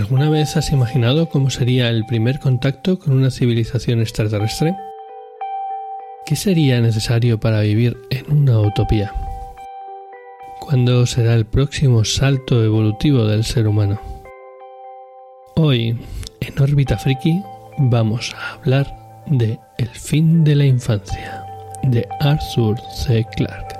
¿Alguna vez has imaginado cómo sería el primer contacto con una civilización extraterrestre? ¿Qué sería necesario para vivir en una utopía? ¿Cuándo será el próximo salto evolutivo del ser humano? Hoy, en Órbita Friki, vamos a hablar de El fin de la infancia, de Arthur C. Clarke.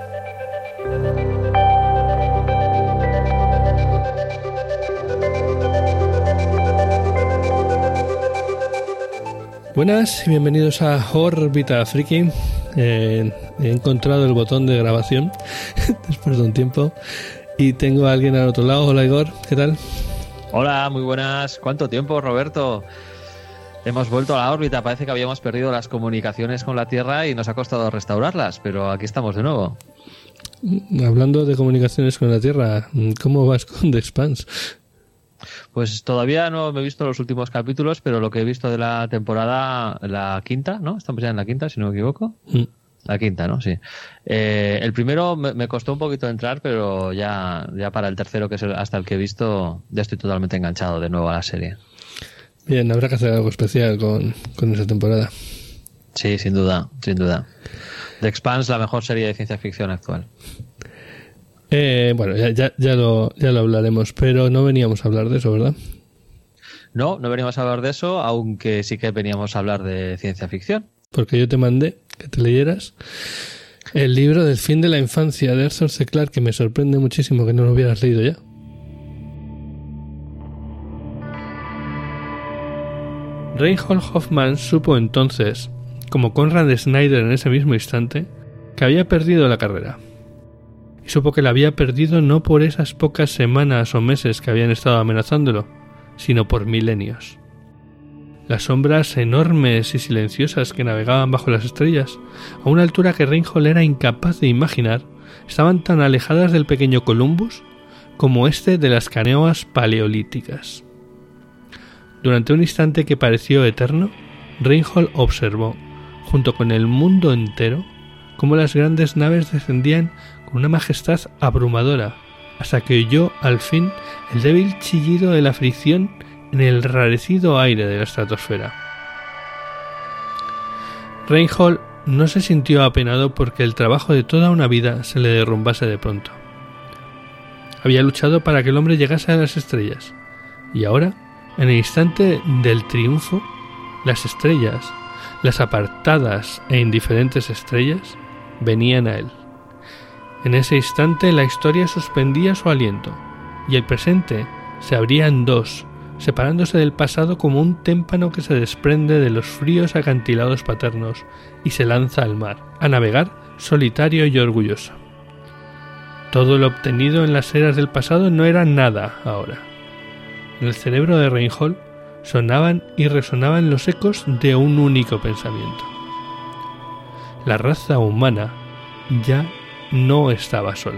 Buenas y bienvenidos a Órbita Friki. He encontrado el botón de grabación después de un tiempo y tengo a alguien al otro lado. Hola Igor, ¿qué tal? Hola, muy buenas. ¿Cuánto tiempo, Roberto? Hemos vuelto a la órbita. Parece que habíamos perdido las comunicaciones con la Tierra y nos ha costado restaurarlas, pero aquí estamos de nuevo. Hablando de comunicaciones con la Tierra, ¿cómo vas con The Expanse? Pues todavía no me he visto los últimos capítulos, pero lo que he visto de la temporada, la quinta, ¿no? Estamos ya en la quinta, si no me equivoco. La quinta, ¿no? Sí. El primero me costó un poquito entrar, pero ya para el tercero, que es hasta el que he visto, ya estoy totalmente enganchado de nuevo a la serie. Bien, habrá que hacer algo especial con esa temporada. Sí, sin duda, sin duda. The Expanse, la mejor serie de ciencia ficción actual. Bueno, ya lo hablaremos, pero no veníamos a hablar de eso, ¿verdad? No veníamos a hablar de eso, aunque sí que veníamos a hablar de ciencia ficción. Porque yo te mandé que te leyeras el libro del fin de la infancia de Arthur C. Clarke, que me sorprende muchísimo que no lo hubieras leído ya. Reinhold Hoffmann supo entonces, como Conrad Snyder en ese mismo instante, que había perdido la carrera. Y supo que la había perdido no por esas pocas semanas o meses que habían estado amenazándolo, sino por milenios. Las sombras enormes y silenciosas que navegaban bajo las estrellas, a una altura que Reinhold era incapaz de imaginar, estaban tan alejadas del pequeño Columbus como este de las canoas paleolíticas. Durante un instante que pareció eterno, Reinhold observó, junto con el mundo entero, cómo las grandes naves descendían con una majestad abrumadora, hasta que oyó al fin el débil chillido de la fricción en el rarecido aire de la estratosfera. Reinhold no se sintió apenado porque el trabajo de toda una vida se le derrumbase de pronto. Había luchado para que el hombre llegase a las estrellas, y ahora, en el instante del triunfo, las estrellas, las apartadas e indiferentes estrellas, venían a él. En ese instante la historia suspendía su aliento, y el presente se abría en dos, separándose del pasado como un témpano que se desprende de los fríos acantilados paternos y se lanza al mar, a navegar solitario y orgulloso. Todo lo obtenido en las eras del pasado no era nada ahora. En el cerebro de Reinhold sonaban y resonaban los ecos de un único pensamiento. La raza humana ya no estaba sola.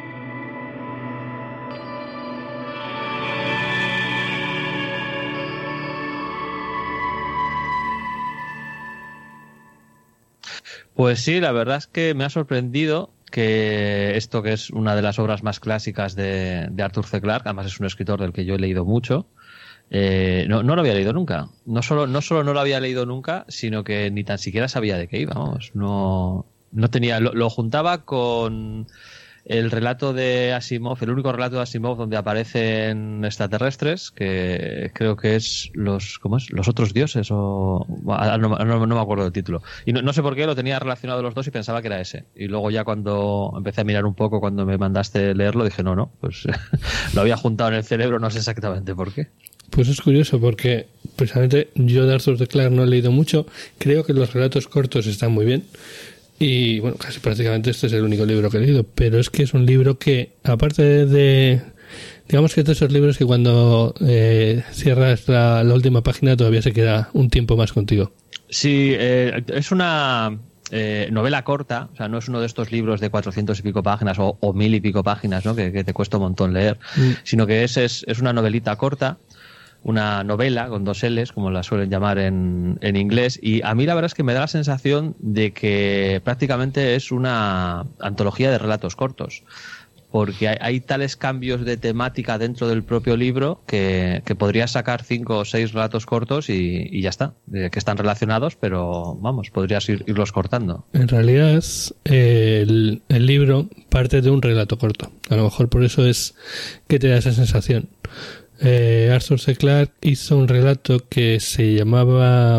Pues sí, la verdad es que me ha sorprendido que esto, que es una de las obras más clásicas de Arthur C. Clarke, además es un escritor del que yo he leído mucho, no lo había leído nunca. No solo no lo había leído nunca, sino que ni tan siquiera sabía de qué iba. Vamos, no tenía, lo juntaba con el relato de Asimov, el único relato de Asimov donde aparecen extraterrestres, que creo que es los otros dioses, o no me acuerdo del título, y no sé por qué lo tenía relacionado los dos y pensaba que era ese, y luego ya cuando empecé a mirar un poco, cuando me mandaste leerlo, dije no, pues lo había juntado en el cerebro, no sé exactamente por qué. Pues es curioso porque precisamente yo de Arthur C. Clarke no he leído mucho. Creo que los relatos cortos están muy bien y bueno, casi prácticamente este es el único libro que he leído, pero es que es un libro que, aparte de, digamos que es de esos libros que cuando cierras la última página todavía se queda un tiempo más contigo. Sí, es una novela corta, o sea, no es uno de estos libros de 400 y pico páginas o 1000 y pico páginas, ¿no? que te cuesta un montón leer, sino que es una novelita corta, una novela con 2 L's, como la suelen llamar en inglés, y a mí la verdad es que me da la sensación de que prácticamente es una antología de relatos cortos, porque hay tales cambios de temática dentro del propio libro que podrías sacar 5 o 6 relatos cortos y ya está, que están relacionados, pero vamos, podrías irlos cortando. En realidad el libro parte de un relato corto, a lo mejor por eso es que te da esa sensación. Arthur C. Clarke hizo un relato que se llamaba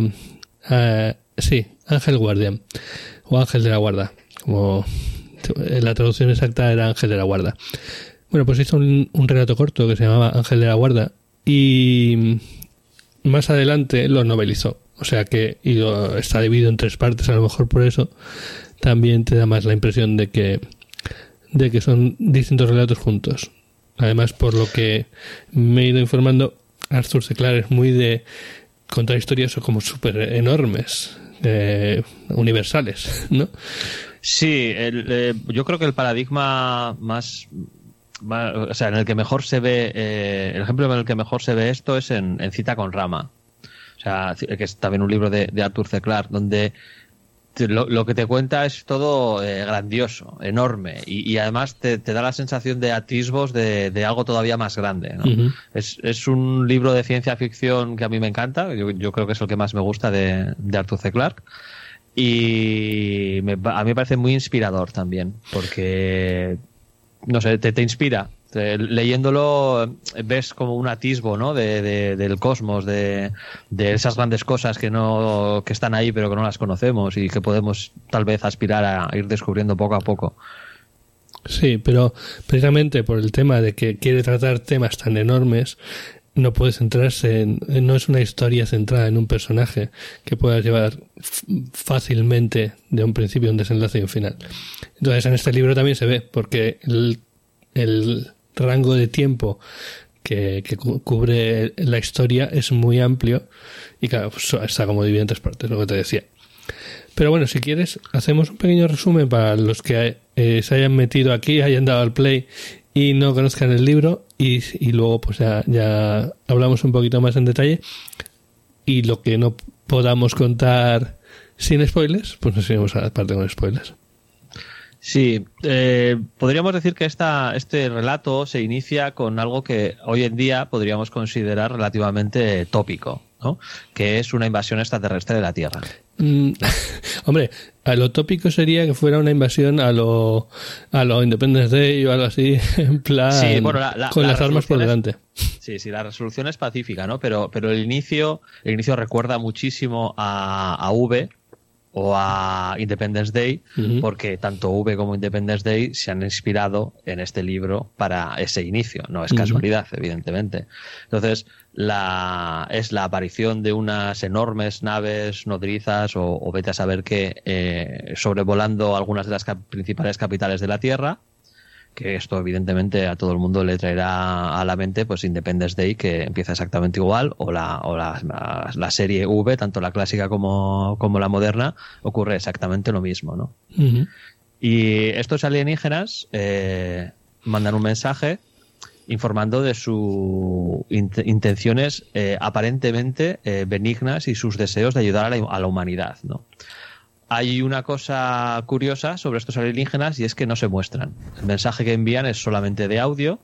Ángel Guardián o Ángel de la Guarda, como la traducción exacta era Ángel de la Guarda. Bueno, pues hizo un relato corto que se llamaba Ángel de la Guarda y más adelante lo novelizó, o sea que está dividido en 3 partes, a lo mejor por eso también te da más la impresión de que son distintos relatos juntos. Además, por lo que me he ido informando, Arthur C. Clarke es muy de contar historias como súper enormes, universales, ¿no? Sí, yo creo que el paradigma más, o sea, en el que mejor se ve, el ejemplo en el que mejor se ve esto es en Cita con Rama. O sea, que es también un libro de Arthur C. Clarke, donde lo que te cuenta es todo grandioso, enorme, y además te da la sensación de atisbos de algo todavía más grande, ¿no? Uh-huh. Es un libro de ciencia ficción que a mí me encanta, yo creo que es el que más me gusta de Arthur C. Clarke. Y a mí me parece muy inspirador también, porque, no sé, te inspira. Leyéndolo ves como un atisbo, ¿no? del cosmos, de esas grandes cosas que están ahí pero que no las conocemos y que podemos tal vez aspirar a ir descubriendo poco a poco. Sí, pero precisamente por el tema de que quiere tratar temas tan enormes, no puede centrarse no es una historia centrada en un personaje que puedas llevar fácilmente de un principio a un desenlace y un final. Entonces en este libro también se ve, porque el rango de tiempo que cubre la historia es muy amplio y claro, pues está como dividido en 3 partes, lo que te decía. Pero bueno, si quieres, hacemos un pequeño resumen para los que se hayan metido aquí, hayan dado al play y no conozcan el libro, y luego pues ya hablamos un poquito más en detalle, y lo que no podamos contar sin spoilers, pues nos iremos a la parte con spoilers. Sí, podríamos decir que este relato se inicia con algo que hoy en día podríamos considerar relativamente tópico, ¿no? Que es una invasión extraterrestre de la Tierra. Hombre, a lo tópico sería que fuera una invasión a lo Independence Day o algo así, en plan, sí, bueno, con las armas por delante. Sí, la resolución es pacífica, ¿no? Pero el inicio recuerda muchísimo a V o a Independence Day, uh-huh. Porque tanto V como Independence Day se han inspirado en este libro para ese inicio, no es casualidad, uh-huh. Evidentemente. Entonces, es la aparición de unas enormes naves nodrizas o vete a saber qué, sobrevolando algunas de las principales capitales de la Tierra, que esto evidentemente a todo el mundo le traerá a la mente pues Independence Day, que empieza exactamente igual, o la serie V, tanto la clásica como la moderna, ocurre exactamente lo mismo, ¿no? Uh-huh. Y estos alienígenas mandan un mensaje informando de sus intenciones aparentemente benignas y sus deseos de ayudar a la humanidad, ¿no? Hay una cosa curiosa sobre estos alienígenas y es que no se muestran. El mensaje que envían es solamente de audio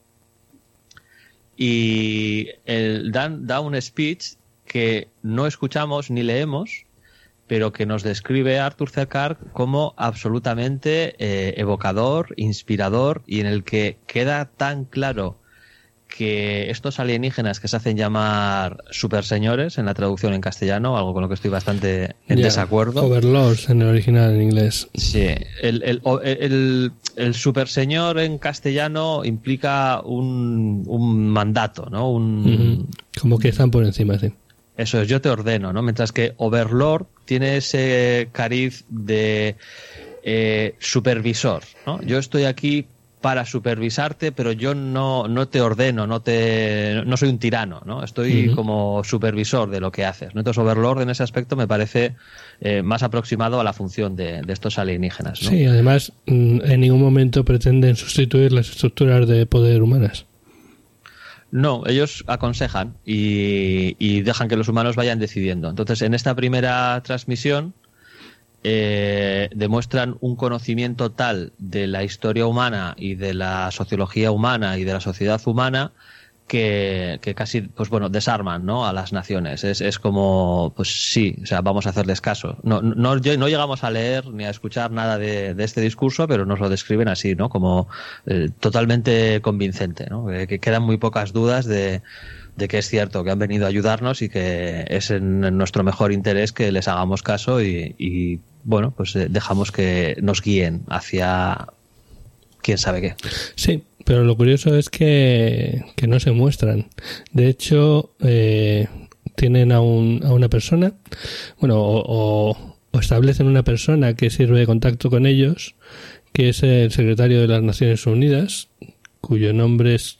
y da un speech que no escuchamos ni leemos, pero que nos describe Arthur C. Clarke como absolutamente evocador, inspirador, y en el que queda tan claro que estos alienígenas que se hacen llamar superseñores en la traducción en castellano, algo con lo que estoy bastante en desacuerdo. Overlords en el original en inglés. Sí, el superseñor en castellano implica un mandato, ¿no? Como que están por encima, sí. Eso es, yo te ordeno, ¿no? Mientras que Overlord tiene ese cariz de supervisor, ¿no? Yo estoy aquí para supervisarte, pero yo no te ordeno, no soy un tirano, ¿no? Estoy uh-huh. como supervisor de lo que haces, ¿no? Entonces Overlord en ese aspecto me parece más aproximado a la función de estos alienígenas, ¿no? Sí, además en ningún momento pretenden sustituir las estructuras de poder humanas. No, ellos aconsejan y dejan que los humanos vayan decidiendo. Entonces, en esta primera transmisión demuestran un conocimiento tal de la historia humana y de la sociología humana y de la sociedad humana que casi, pues bueno, desarman, ¿no?, a las naciones. Es como, pues sí, o sea, vamos a hacerles caso. No llegamos a leer ni a escuchar nada de este discurso, pero nos lo describen así, ¿no?, como totalmente convincente, ¿no?, que quedan muy pocas dudas de que es cierto, que han venido a ayudarnos y que es en nuestro mejor interés que les hagamos caso y bueno, pues dejamos que nos guíen hacia quién sabe qué. Sí, pero lo curioso es que no se muestran. De hecho, tienen a una persona, bueno, o establecen una persona que sirve de contacto con ellos, que es el secretario de las Naciones Unidas, cuyo nombre es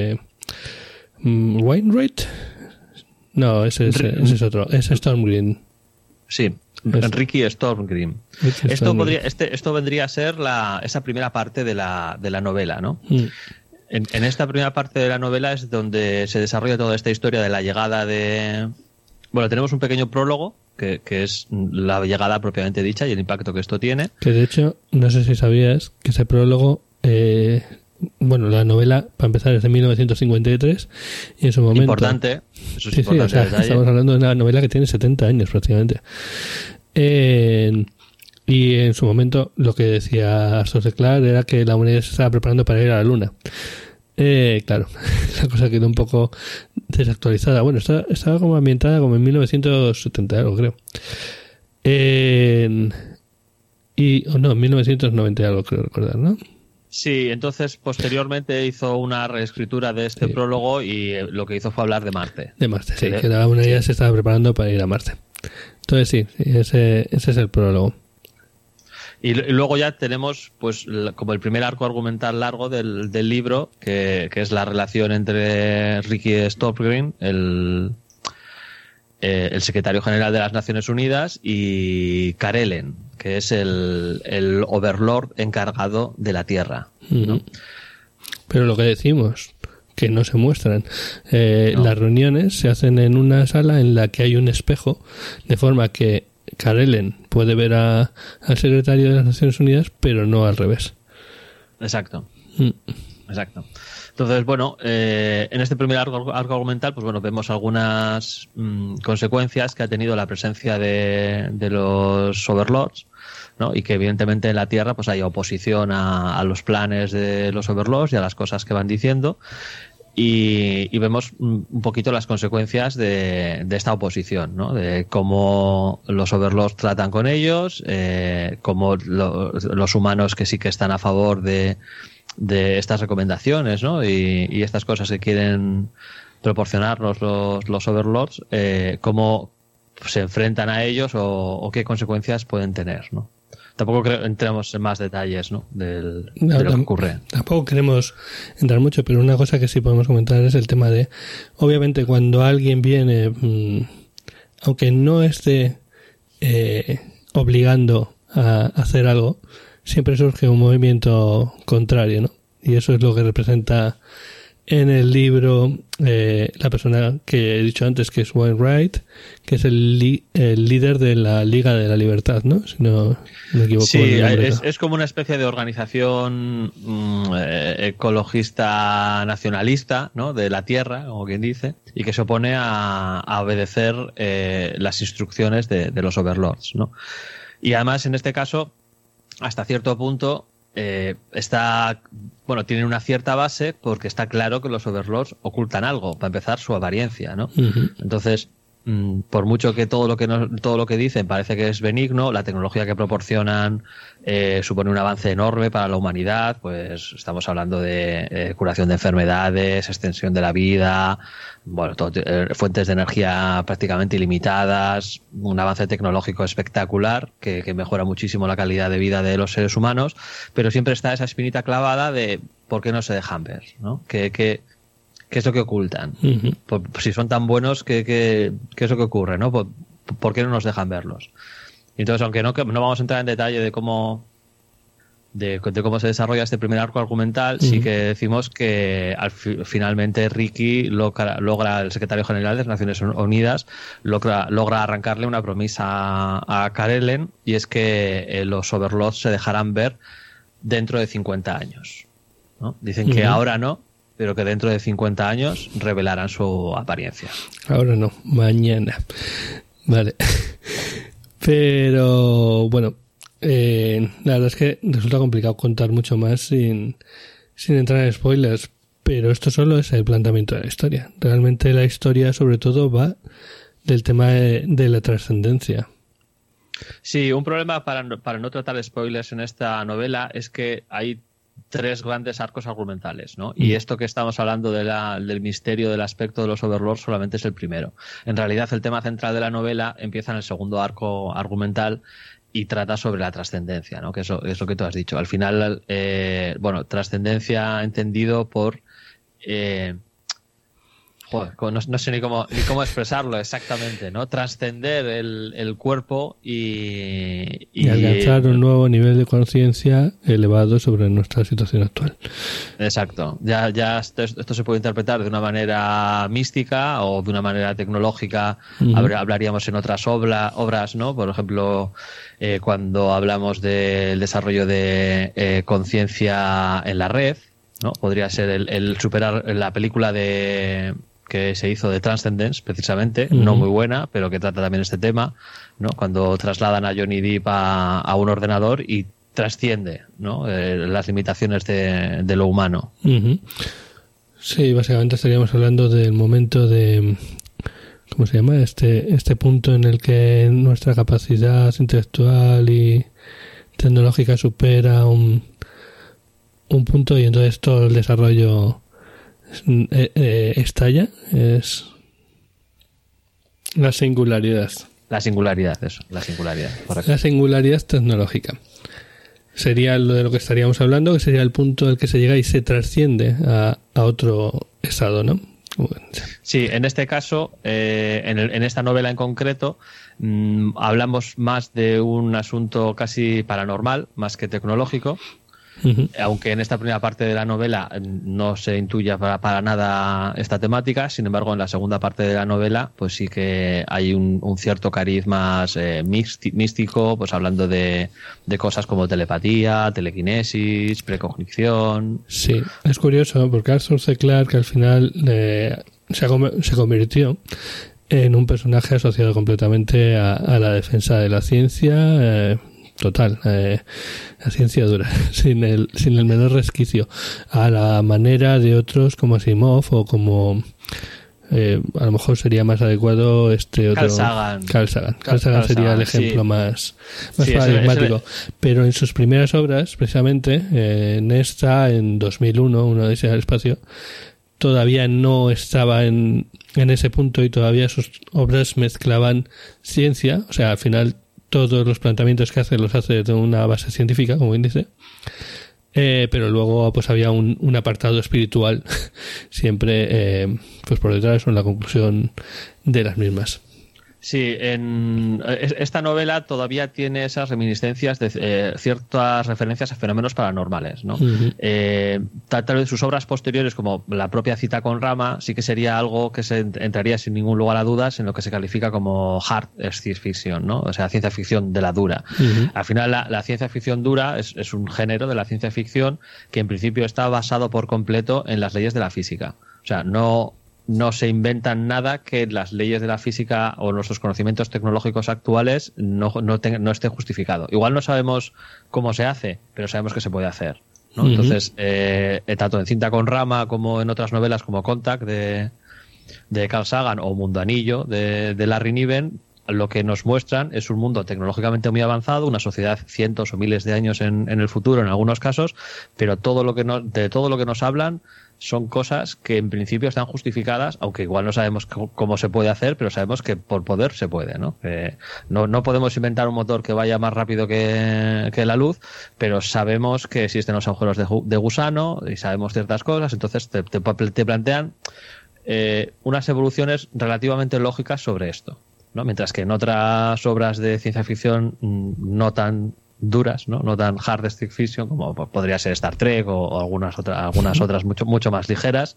Wainwright. No, ese es otro, es Stormgreen. Sí, Ricky Stormgreen. Esto vendría a ser esa primera parte de la novela, ¿no? En esta primera parte de la novela es donde se desarrolla toda esta historia de la llegada de... Bueno, tenemos un pequeño prólogo que es la llegada propiamente dicha y el impacto que esto tiene. Que de hecho, no sé si sabías que ese prólogo... bueno, la novela, para empezar, es de 1953 y en su momento... Importante. Eso es Sí, importante, o sea, estamos hablando de una novela que tiene 70 años prácticamente. Y en su momento lo que decía Arthur C. Clarke era que la humanidad se estaba preparando para ir a la Luna. Claro, la cosa quedó un poco desactualizada. Bueno, estaba como ambientada como en 1970 algo, creo. En 1990 algo, creo recordar, ¿no? Sí, entonces posteriormente hizo una reescritura de este prólogo y lo que hizo fue hablar de Marte. De Marte, sí, que la humanidad se estaba preparando para ir a Marte. Entonces sí, ese es el prólogo. Y luego ya tenemos pues como el primer arco argumental largo del libro, que es la relación entre Ricky Stormgreen, el secretario general de las Naciones Unidas, y Karelen, que es el overlord encargado de la Tierra, ¿no? Pero lo que decimos, que no se muestran. No. Las reuniones se hacen en una sala en la que hay un espejo, de forma que Karelen puede ver al secretario de las Naciones Unidas, pero no al revés. Exacto. Exacto. Entonces, bueno, en este primer arco argumental, pues bueno, vemos algunas consecuencias que ha tenido la presencia de los overlords, ¿no? Y que evidentemente en la Tierra pues hay oposición a los planes de los overlords y a las cosas que van diciendo. Y vemos un poquito las consecuencias de esta oposición, ¿no? De cómo los overlords tratan con ellos, cómo los humanos que sí que están a favor de estas recomendaciones, ¿no? Y estas cosas que quieren proporcionarnos los overlords, cómo se enfrentan a ellos o qué consecuencias pueden tener, ¿no? Tampoco entremos en más detalles, ¿no? de lo que ocurre. Tampoco queremos entrar mucho, pero una cosa que sí podemos comentar es el tema de, obviamente, cuando alguien viene, aunque no esté obligando a hacer algo, siempre surge un movimiento contrario, ¿no? Y eso es lo que representa en el libro la persona que he dicho antes, que es Wainwright, que es el líder de la Liga de la Libertad, ¿no? Si no me equivoco. Sí, es como una especie de organización ecologista nacionalista, ¿no? De la Tierra, como quien dice, y que se opone a obedecer las instrucciones de los overlords, ¿no? Y además, en este caso, hasta cierto punto tienen una cierta base, porque está claro que los overlords ocultan algo, para empezar su apariencia, ¿no? Entonces, por mucho que todo lo que dicen parece que es benigno, la tecnología que proporcionan supone un avance enorme para la humanidad. Pues estamos hablando de curación de enfermedades, extensión de la vida, bueno, fuentes de energía prácticamente ilimitadas, un avance tecnológico espectacular que mejora muchísimo la calidad de vida de los seres humanos, pero siempre está esa espinita clavada de por qué no se dejan ver, ¿no? ¿Qué es lo que ocultan? Pues, si son tan buenos, ¿qué es lo que ocurre, ¿no? ¿Por qué no nos dejan verlos? Y entonces, aunque no vamos a entrar en detalle de cómo de cómo se desarrolla este primer arco argumental, sí que decimos que finalmente Ricky logra, el secretario general de las Naciones Unidas, logra arrancarle una promesa a Karelen, y es que los Overlords se dejarán ver dentro de 50 años, ¿no? Dicen que ahora no, pero que dentro de 50 años revelarán su apariencia. Ahora no, mañana. Vale. Pero bueno, la verdad es que resulta complicado contar mucho más sin entrar en spoilers, pero esto solo es el planteamiento de la historia. Realmente la historia sobre todo va del tema de la trascendencia. Sí, un problema para no tratar spoilers en esta novela es que hay 3 grandes arcos argumentales, ¿no? Y esto que estamos hablando del misterio del aspecto de los Overlords solamente es el primero. En realidad el tema central de la novela empieza en el segundo arco argumental y trata sobre la trascendencia, ¿no? Que eso es lo que tú has dicho. Al final, trascendencia entendido por... no sé ni cómo expresarlo exactamente, ¿no? Trascender el cuerpo y alcanzar un nuevo nivel de conciencia elevado sobre nuestra situación actual. Exacto. Ya esto se puede interpretar de una manera mística o de una manera tecnológica. Hablaríamos en otras obras, ¿no? Por ejemplo, cuando hablamos del desarrollo de conciencia en la red, ¿no? Podría ser el superar la película que se hizo de Transcendence, precisamente, no muy buena, pero que trata también este tema, ¿no? Cuando trasladan a Johnny Depp a un ordenador y trasciende, ¿no? Las limitaciones de lo humano. Sí, básicamente estaríamos hablando del momento de... ¿Cómo se llama? Este punto en el que nuestra capacidad intelectual y tecnológica supera un punto, y entonces todo el desarrollo estalla. Es la singularidad. La singularidad, correcto. La singularidad tecnológica. Sería lo de lo que estaríamos hablando, que sería el punto al que se llega y se trasciende a otro estado, ¿no? Sí, en este caso, en esta novela en concreto, hablamos más de un asunto casi paranormal, más que tecnológico. Aunque en esta primera parte de la novela no se intuya para nada esta temática, sin embargo en la segunda parte de la novela pues sí que hay un cierto cariz más místico, pues hablando de cosas como telepatía, telequinesis, precognición. Sí, es curioso porque Arthur C. Clarke al final se convirtió en un personaje asociado completamente a la defensa de la ciencia, total, la ciencia dura, sin el menor resquicio, a la manera de otros como Asimov o como a lo mejor sería más adecuado otro Carl Sagan. Carl Sagan sería el ejemplo más paradigmático. Pero en sus primeras obras, precisamente, en esta, en 2001, Una odisea del espacio, todavía no estaba en ese punto y todavía sus obras mezclaban ciencia, o sea, al final todos los planteamientos que hace los hace de una base científica, como bien dice, pero luego pues había un apartado espiritual siempre pues por detrás o en la conclusión de las mismas. Sí, esta novela todavía tiene esas reminiscencias de ciertas referencias a fenómenos paranormales, ¿no? Tal vez sus obras posteriores, como la propia Cita con Rama, sí que sería algo que se entraría sin ningún lugar a dudas en lo que se califica como hard science fiction, ¿no? O sea, ciencia ficción de la dura. Al final, la ciencia ficción dura es un género de la ciencia ficción que en principio está basado por completo en las leyes de la física. O sea, no se inventan nada que las leyes de la física o nuestros conocimientos tecnológicos actuales no esté justificado. Igual no sabemos cómo se hace, pero sabemos que se puede hacer, ¿no? Entonces, tanto en Cinta con Rama como en otras novelas como Contact de Carl Sagan o Mundo Anillo de Larry Niven, lo que nos muestran es un mundo tecnológicamente muy avanzado, una sociedad cientos o miles de años en el futuro en algunos casos, pero de todo lo que nos hablan son cosas que en principio están justificadas, aunque igual no sabemos cómo se puede hacer, pero sabemos que por poder se puede, ¿no? No podemos inventar un motor que vaya más rápido que la luz, pero sabemos que existen los agujeros de gusano y sabemos ciertas cosas, entonces te plantean unas evoluciones relativamente lógicas sobre esto, ¿no? Mientras que en otras obras de ciencia ficción no tan duras, no tan hard de strict fiction como podría ser Star Trek o algunas otras mucho más ligeras.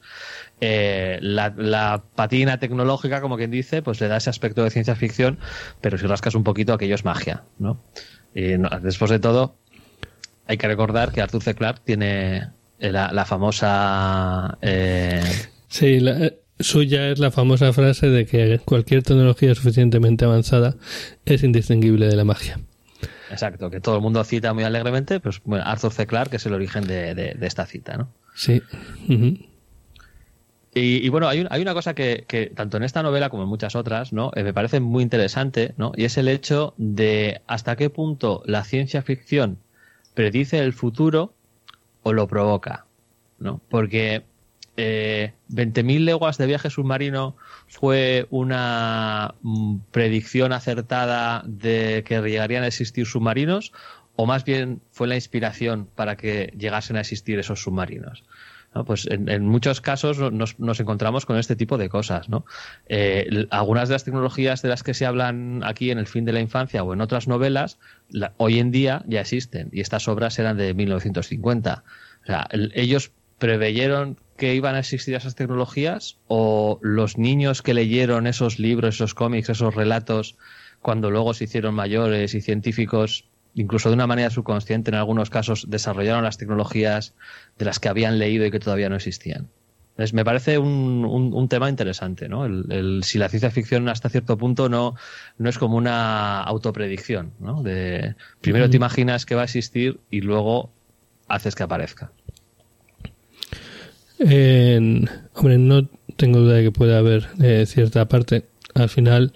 La patina tecnológica, como quien dice, pues le da ese aspecto de ciencia ficción, pero si rascas un poquito, aquello es magia, ¿no? Y después de todo, hay que recordar que Arthur C. Clarke tiene la famosa... Sí, suya es la famosa frase de que cualquier tecnología suficientemente avanzada es indistinguible de la magia. Exacto, que todo el mundo cita muy alegremente, pues bueno, Arthur C. Clarke es el origen de esta cita, ¿no? Sí. Uh-huh. Y bueno, hay una cosa que tanto en esta novela como en muchas otras, ¿no? Me parece muy interesante, ¿no? Y es el hecho de hasta qué punto la ciencia ficción predice el futuro o lo provoca, ¿no? Porque 20.000 leguas de viaje submarino fue una predicción acertada de que llegarían a existir submarinos, o más bien fue la inspiración para que llegasen a existir esos submarinos, ¿no? Pues en muchos casos nos encontramos con este tipo de cosas, ¿no? Algunas de las tecnologías de las que se hablan aquí en El fin de la infancia o en otras novelas, hoy en día ya existen, y estas obras eran de 1950. O sea, ellos preveyeron que iban a existir esas tecnologías, o los niños que leyeron esos libros, esos cómics, esos relatos, cuando luego se hicieron mayores y científicos, incluso de una manera subconsciente en algunos casos, desarrollaron las tecnologías de las que habían leído y que todavía no existían. Entonces, me parece un tema interesante, ¿no? Si la ciencia ficción hasta cierto punto no es como una autopredicción, ¿no? De primero te imaginas que va a existir y luego haces que aparezca. Hombre, no tengo duda de que puede haber cierta parte. Al final,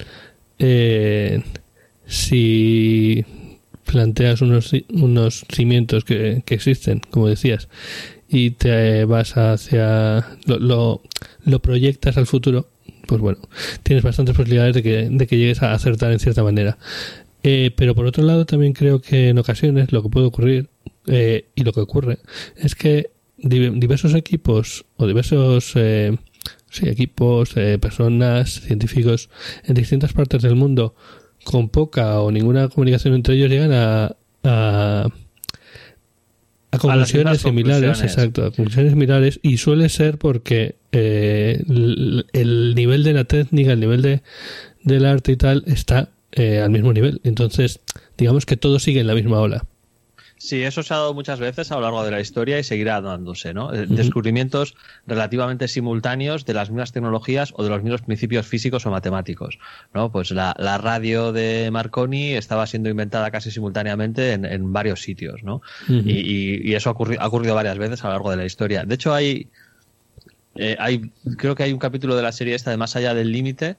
si planteas unos cimientos que existen, como decías, y te vas hacia lo proyectas al futuro, pues bueno, tienes bastantes posibilidades de que llegues a acertar en cierta manera. Pero por otro lado, también creo que en ocasiones lo que puede ocurrir, y lo que ocurre, es que diversos equipos o diversos equipos, personas, científicos en distintas partes del mundo, con poca o ninguna comunicación entre ellos, llegan a conclusiones similares. Exacto, a conclusiones similares, y suele ser porque el nivel de la técnica, el nivel del arte y tal está al mismo nivel. Entonces, digamos que todo sigue en la misma ola. Sí, eso se ha dado muchas veces a lo largo de la historia y seguirá dándose, ¿no? Descubrimientos relativamente simultáneos de las mismas tecnologías o de los mismos principios físicos o matemáticos, ¿no? Pues la radio de Marconi estaba siendo inventada casi simultáneamente en varios sitios, ¿no? Y eso ha ocurrido varias veces a lo largo de la historia. De hecho, creo que hay un capítulo de la serie esta de Más allá del límite,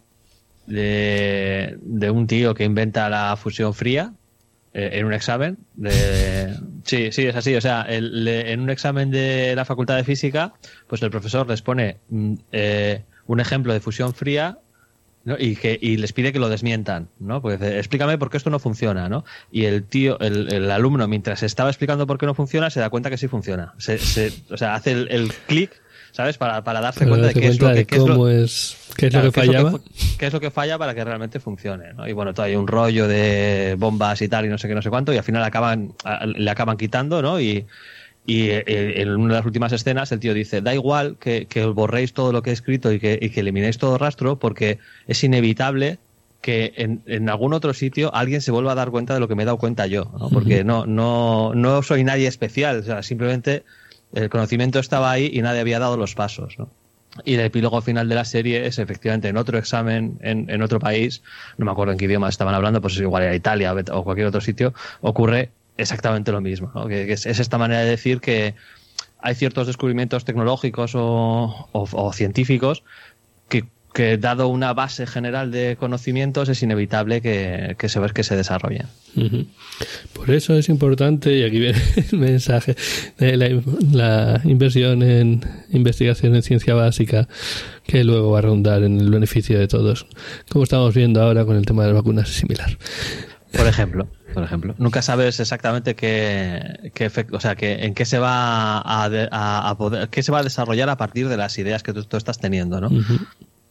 de un tío que inventa la fusión fría en un examen sí, es así. O sea, en un examen de la Facultad de Física, pues el profesor les pone un ejemplo de fusión fría, ¿no? y les pide que lo desmientan, ¿no? Pues explícame por qué esto no funciona, ¿no? Y el alumno, mientras estaba explicando por qué no funciona, se da cuenta que sí funciona. O sea, hace el clic, ¿sabes? Para darse cuenta de qué es lo que fallaba. Qué es lo que falla para que realmente funcione, ¿no? Y bueno, todo hay un rollo de bombas y tal y no sé qué, no sé cuánto, y al final le acaban quitando, ¿no? Y en una de las últimas escenas el tío dice, da igual que borréis todo lo que he escrito y que eliminéis todo rastro, porque es inevitable que en algún otro sitio alguien se vuelva a dar cuenta de lo que me he dado cuenta yo, ¿no? Porque no soy nadie especial, o sea, simplemente el conocimiento estaba ahí y nadie había dado los pasos, ¿no? Y el epílogo final de la serie es efectivamente en otro examen en otro país, no me acuerdo en qué idioma estaban hablando, pues igual era Italia o cualquier otro sitio, ocurre exactamente lo mismo, ¿no? Que es esta manera de decir que hay ciertos descubrimientos tecnológicos o científicos que dado una base general de conocimientos es inevitable que se desarrollen. Por eso es importante, y aquí viene el mensaje, de la inversión en investigación en ciencia básica, que luego va a redundar en el beneficio de todos, como estamos viendo ahora con el tema de las vacunas, es similar. Por ejemplo, nunca sabes exactamente qué efecto, o sea, en qué se va a poder, qué se va a desarrollar a partir de las ideas que tú estás teniendo, ¿no?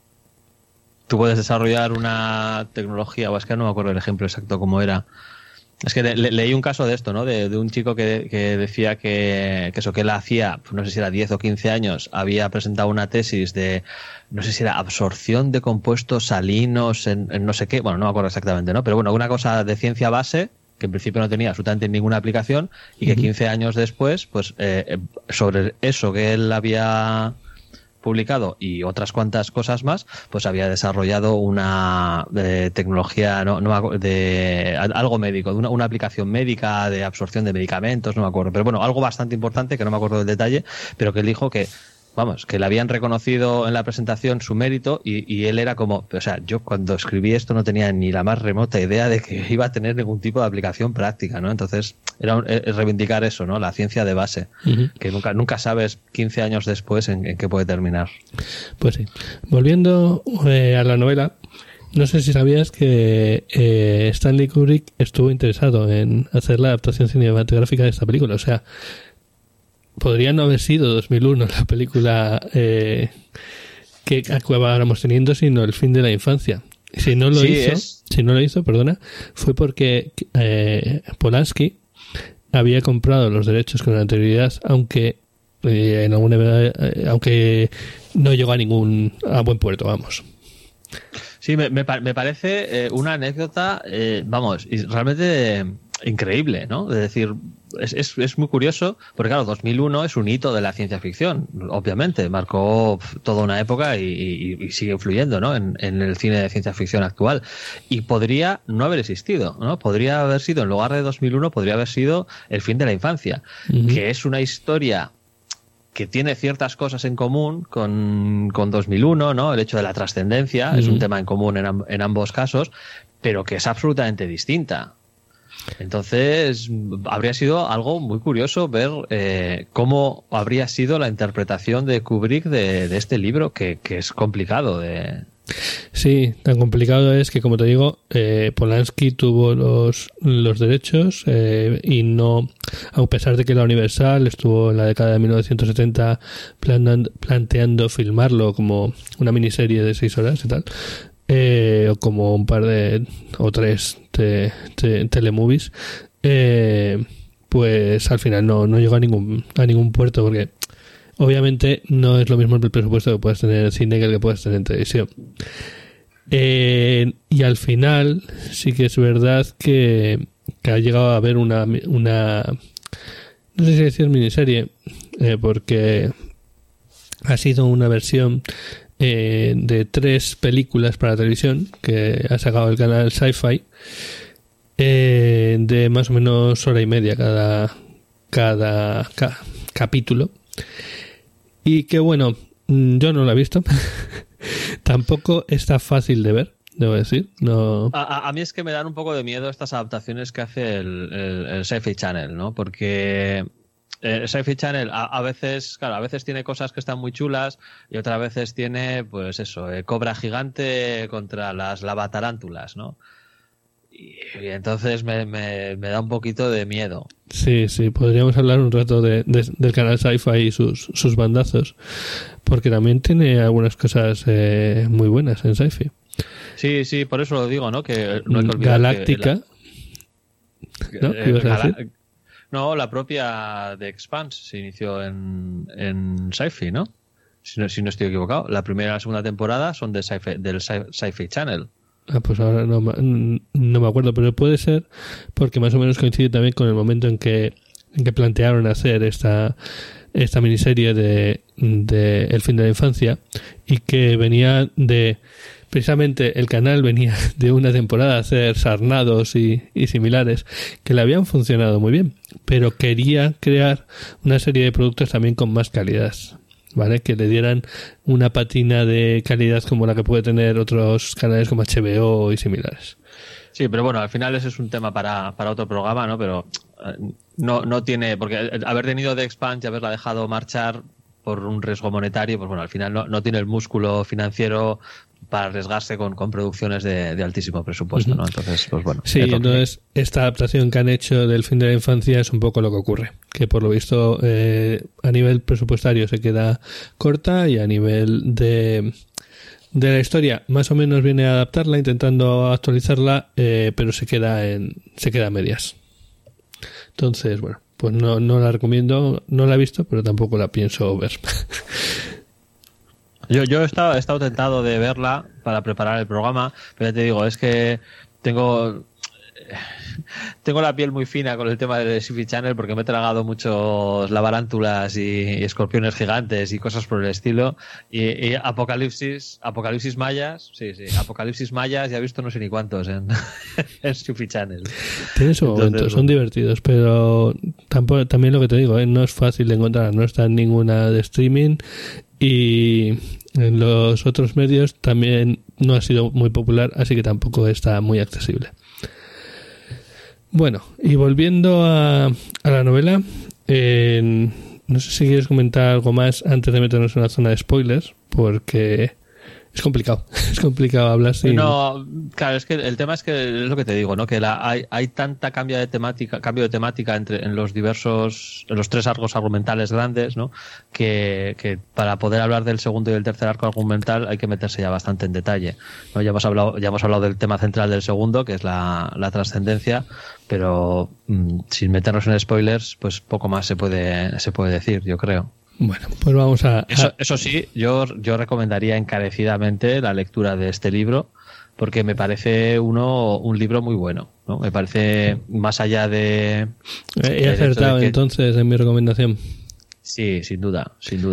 Tú puedes desarrollar una tecnología, o es que no me acuerdo el ejemplo exacto cómo era, Es que leí un caso de esto, ¿no? De un chico que decía que él hacía, no sé si era 10 o 15 años, había presentado una tesis de, no sé si era absorción de compuestos salinos en no sé qué, bueno, no me acuerdo exactamente, ¿no? Pero bueno, una cosa de ciencia base que en principio no tenía absolutamente ninguna aplicación y que 15 años después, pues sobre eso que él había publicado y otras cuantas cosas más, pues había desarrollado una tecnología de algo médico, de una aplicación médica de absorción de medicamentos, no me acuerdo, pero bueno, algo bastante importante que no me acuerdo del detalle, pero que él dijo que que le habían reconocido en la presentación su mérito y él era como, o sea, yo cuando escribí esto no tenía ni la más remota idea de que iba a tener ningún tipo de aplicación práctica, ¿no? Entonces, era reivindicar eso, ¿no? La ciencia de base, que nunca sabes 15 años después en qué puede terminar. Pues sí. Volviendo a la novela, no sé si sabías que Stanley Kubrick estuvo interesado en hacer la adaptación cinematográfica de esta película, o sea, podría no haber sido 2001 la película que acabáramos teniendo, sino El fin de la infancia. Si no lo hizo, fue porque Polanski había comprado los derechos con anterioridad, aunque aunque no llegó a buen puerto, vamos. Sí, me parece una anécdota, realmente increíble, ¿no? Es decir, es muy curioso, porque claro, 2001 es un hito de la ciencia ficción, obviamente, marcó toda una época y sigue influyendo, ¿no? En el cine de ciencia ficción actual. Y podría no haber existido, ¿no? Podría haber sido, en lugar de 2001, podría haber sido El fin de la infancia, que es una historia que tiene ciertas cosas en común con 2001, ¿no? El hecho de la trascendencia es un tema en común en ambos casos, pero que es absolutamente distinta. Entonces, habría sido algo muy curioso ver cómo habría sido la interpretación de Kubrick de este libro, que es complicado de... Sí, tan complicado es que, como te digo, Polanski tuvo los derechos y no, a pesar de que la Universal estuvo en la década de 1970 planteando filmarlo como una miniserie de 6 horas y tal, o como un par o tres telemovies, pues al final no llegó a ningún puerto, porque obviamente no es lo mismo el presupuesto que puedes tener en cine que el que puedes tener en televisión. Y al final sí que es verdad que ha llegado a haber una no sé si decir miniserie, porque ha sido una versión de 3 películas para televisión que ha sacado el canal Sci-Fi, de más o menos hora y media cada capítulo. Y que bueno, yo no lo he visto. Tampoco está fácil de ver, debo decir. No. A mí es que me dan un poco de miedo estas adaptaciones que hace el Sci-Fi Channel, ¿no? Porque Sci-Fi Channel a veces tiene cosas que están muy chulas y otras veces tiene, pues eso, Cobra Gigante contra las lavatarántulas, ¿no? Y entonces me da un poquito de miedo. Sí, podríamos hablar un rato del canal Sci-Fi y sus bandazos, porque también tiene algunas cosas muy buenas en Sci-Fi. Sí, por eso lo digo, ¿no? Que no hay que olvidar Galáctica. ¿No? ¿Qué ibas a decir? No, la propia The Expanse se inició en Sci-Fi, ¿no? Si no estoy equivocado. La primera y la segunda temporada son del Sci-Fi Channel. Pues ahora no me acuerdo, pero puede ser porque más o menos coincide también con el momento en que plantearon hacer esta miniserie de El fin de la infancia, y que venía precisamente el canal venía de una temporada a hacer Sarnados y similares que le habían funcionado muy bien, pero quería crear una serie de productos también con más calidad, ¿vale? Que le dieran una patina de calidad como la que puede tener otros canales como HBO y similares. Sí, pero bueno, al final ese es un tema para otro programa, ¿no? Pero no tiene, porque haber tenido The Expanse y haberla dejado marchar por un riesgo monetario, pues bueno, al final no tiene el músculo financiero para arriesgarse con producciones de altísimo presupuesto, ¿no? Entonces, pues bueno. Sí, entonces esta adaptación que han hecho del fin de la infancia es un poco lo que ocurre, que por lo visto a nivel presupuestario se queda corta y a nivel de de la historia más o menos viene a adaptarla, intentando actualizarla, pero se queda a medias. Entonces, bueno, pues no la recomiendo, no la he visto, pero tampoco la pienso ver. Yo he estado tentado de verla para preparar el programa, pero ya te digo, es que tengo la piel muy fina con el tema de Sci-Fi Channel porque me he tragado muchos lavarántulas y escorpiones gigantes y cosas por el estilo. Y Apocalipsis mayas, sí, Apocalipsis mayas, ya he visto no sé ni cuántos en Sci-Fi Channel. Tiene su momento, son divertidos, pero también lo que te digo, no es fácil de encontrar, no está en ninguna de streaming y en los otros medios también no ha sido muy popular, así que tampoco está muy accesible. Bueno, y volviendo a la novela, no sé si quieres comentar algo más antes de meternos en la zona de spoilers, porque es complicado hablar sin... No, claro, es que el tema es que es lo que te digo, ¿no? Que hay tanta cambio de temática en los tres arcos argumentales grandes, ¿no? Que para poder hablar del segundo y del tercer arco argumental hay que meterse ya bastante en detalle, ¿no? Ya hemos hablado del tema central del segundo, que es la trascendencia, pero sin meternos en spoilers, pues poco más se puede decir, yo creo. Bueno, pues vamos a... Eso sí, yo recomendaría encarecidamente la lectura de este libro porque me parece un libro muy bueno, ¿no? Me parece, más allá de... He acertado entonces en mi recomendación. Sí, sin duda.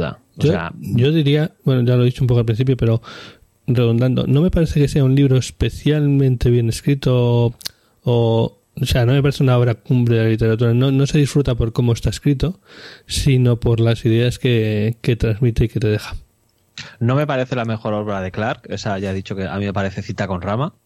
Yo diría, bueno, ya lo he dicho un poco al principio, pero redundando, no me parece que sea un libro especialmente bien escrito o sea, no me parece una obra cumbre de la literatura. No se disfruta por cómo está escrito, sino por las ideas que transmite y que te deja. No me parece la mejor obra de Clark. Esa ya he dicho que a mí me parece Cita con Rama.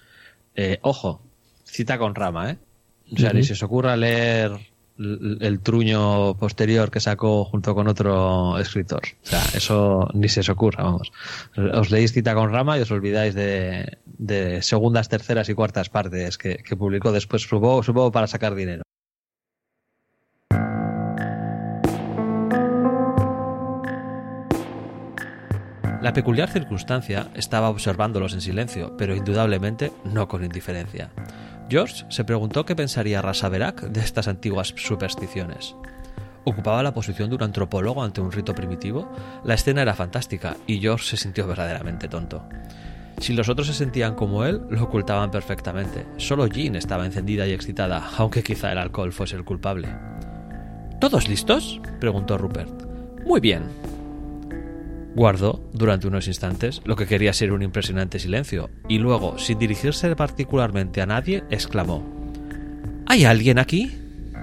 Ojo, Cita con Rama, ¿eh? O sea, ni se os ocurra leer el truño posterior que sacó junto con otro escritor. O sea, eso ni se os ocurra, vamos. Os leéis Cita con Rama y os olvidáis de segundas, terceras y cuartas partes que publicó después, supongo para sacar dinero. La peculiar circunstancia estaba observándolos en silencio, pero indudablemente no con indiferencia. George se preguntó qué pensaría Rasaberak de estas antiguas supersticiones. ¿Ocupaba la posición de un antropólogo ante un rito primitivo? La escena era fantástica y George se sintió verdaderamente tonto. Si los otros se sentían como él, lo ocultaban perfectamente. Solo Jean estaba encendida y excitada, aunque quizá el alcohol fuese el culpable. ¿Todos listos?, preguntó Rupert. Muy bien. Guardó, durante unos instantes, lo que quería ser un impresionante silencio, y luego, sin dirigirse particularmente a nadie, exclamó: ¿Hay alguien aquí?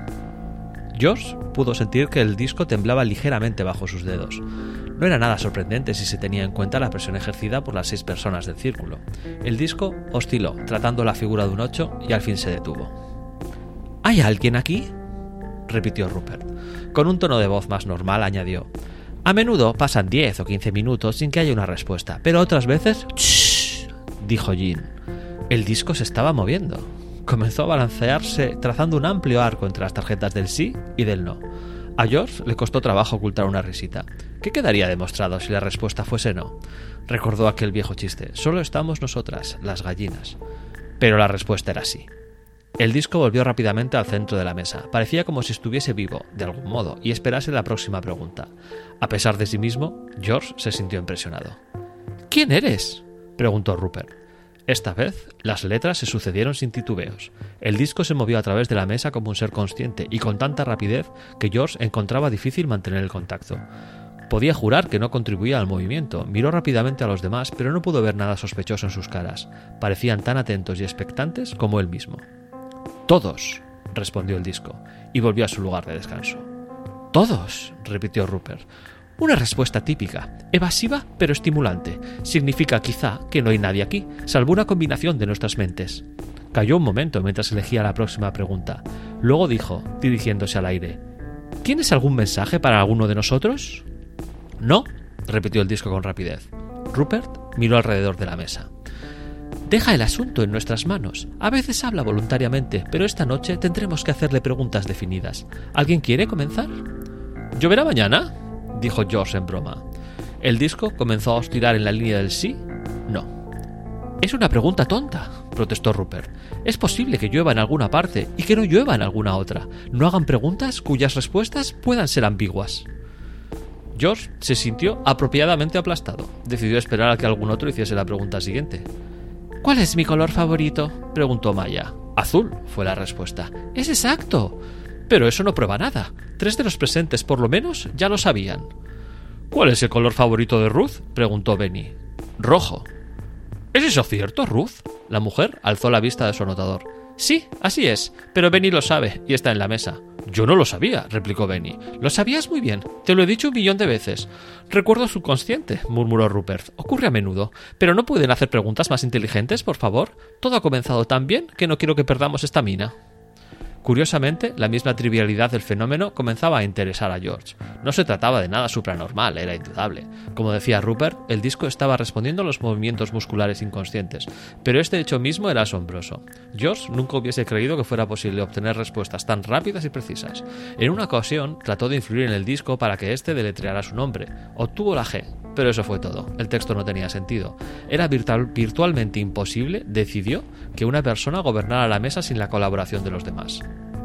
George pudo sentir que el disco temblaba ligeramente bajo sus dedos. No era nada sorprendente si se tenía en cuenta la presión ejercida por las 6 personas del círculo. El disco osciló, tratando la figura de un 8, y al fin se detuvo. ¿Hay alguien aquí?, repitió Rupert. Con un tono de voz más normal añadió: a menudo pasan 10 o 15 minutos sin que haya una respuesta, pero otras veces... ¡Shh!, dijo Jean. El disco se estaba moviendo. Comenzó a balancearse, trazando un amplio arco entre las tarjetas del sí y del no. A George le costó trabajo ocultar una risita. ¿Qué quedaría demostrado si la respuesta fuese no? Recordó aquel viejo chiste: solo estamos nosotras, las gallinas. Pero la respuesta era sí. El disco volvió rápidamente al centro de la mesa. Parecía como si estuviese vivo, de algún modo, y esperase la próxima pregunta. A pesar de sí mismo, George se sintió impresionado. ¿Quién eres?, preguntó Rupert. Esta vez, las letras se sucedieron sin titubeos. El disco se movió a través de la mesa como un ser consciente y con tanta rapidez que George encontraba difícil mantener el contacto. Podía jurar que no contribuía al movimiento. Miró rápidamente a los demás, pero no pudo ver nada sospechoso en sus caras. Parecían tan atentos y expectantes como él mismo. «Todos», respondió el disco, y volvió a su lugar de descanso. «Todos», repitió Rupert. Una respuesta típica, evasiva pero estimulante. Significa quizá que no hay nadie aquí, salvo una combinación de nuestras mentes. Calló un momento mientras elegía la próxima pregunta. Luego dijo, dirigiéndose al aire: ¿Tienes algún mensaje para alguno de nosotros? No, repitió el disco con rapidez. Rupert miró alrededor de la mesa. Deja el asunto en nuestras manos. A veces habla voluntariamente, pero esta noche tendremos que hacerle preguntas definidas. ¿Alguien quiere comenzar? ¿Lloverá mañana?, dijo George en broma. El disco comenzó a oscilar en la línea del sí Es una pregunta tonta, protestó Rupert. Es posible que llueva en alguna parte y que no llueva en alguna otra. No hagan preguntas cuyas respuestas puedan ser ambiguas. George se sintió apropiadamente aplastado. Decidió esperar a que algún otro hiciese la pregunta siguiente. ¿Cuál es mi color favorito?, preguntó Maya. Azul, fue la respuesta. ¡Es exacto! Pero eso no prueba nada. 3 de los presentes, por lo menos, ya lo sabían. ¿Cuál es el color favorito de Ruth?, preguntó Benny. Rojo. ¿Es eso cierto, Ruth? La mujer alzó la vista de su anotador. Sí, así es, pero Benny lo sabe y está en la mesa. Yo no lo sabía, replicó Benny. Lo sabías muy bien, te lo he dicho 1.000.000 de veces. Recuerdo subconsciente, murmuró Rupert. Ocurre a menudo. Pero no pueden hacer preguntas más inteligentes, por favor. Todo ha comenzado tan bien que no quiero que perdamos esta mina. Curiosamente, la misma trivialidad del fenómeno comenzaba a interesar a George. No se trataba de nada supranormal, era indudable. Como decía Rupert, el disco estaba respondiendo a los movimientos musculares inconscientes, pero este hecho mismo era asombroso. George nunca hubiese creído que fuera posible obtener respuestas tan rápidas y precisas. En una ocasión, trató de influir en el disco para que éste deletreara su nombre. Obtuvo la G, pero eso fue todo. El texto no tenía sentido. Era virtualmente imposible, decidió, que una persona gobernara la mesa sin la colaboración de los demás.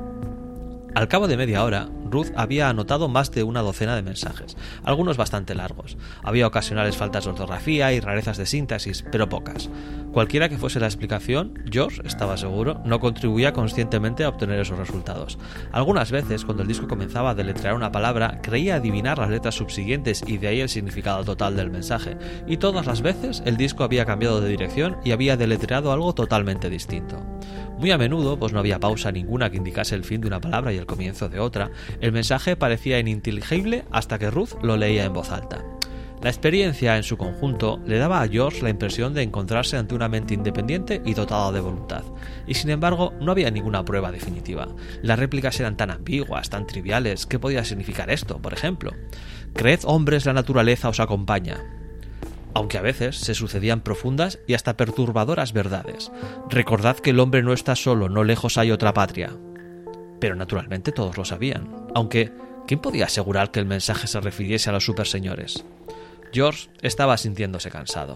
Al cabo de media hora, Ruth había anotado más de una docena de mensajes, algunos bastante largos. Había ocasionales faltas de ortografía y rarezas de sintaxis, pero pocas. Cualquiera que fuese la explicación, George, estaba seguro, no contribuía conscientemente a obtener esos resultados. Algunas veces, cuando el disco comenzaba a deletrear una palabra, creía adivinar las letras subsiguientes y de ahí el significado total del mensaje. Y todas las veces, el disco había cambiado de dirección y había deletreado algo totalmente distinto. Muy a menudo, pues no había pausa ninguna que indicase el fin de una palabra y el comienzo de otra, el mensaje parecía ininteligible hasta que Ruth lo leía en voz alta. La experiencia en su conjunto le daba a George la impresión de encontrarse ante una mente independiente y dotada de voluntad. Y sin embargo, no había ninguna prueba definitiva. Las réplicas eran tan ambiguas, tan triviales. ¿Qué podía significar esto, por ejemplo? «Creed, hombres, la naturaleza os acompaña». Aunque a veces se sucedían profundas y hasta perturbadoras verdades. «Recordad que el hombre no está solo, no lejos hay otra patria». Pero naturalmente todos lo sabían. Aunque, ¿quién podía asegurar que el mensaje se refiriese a los superseñores? George estaba sintiéndose cansado.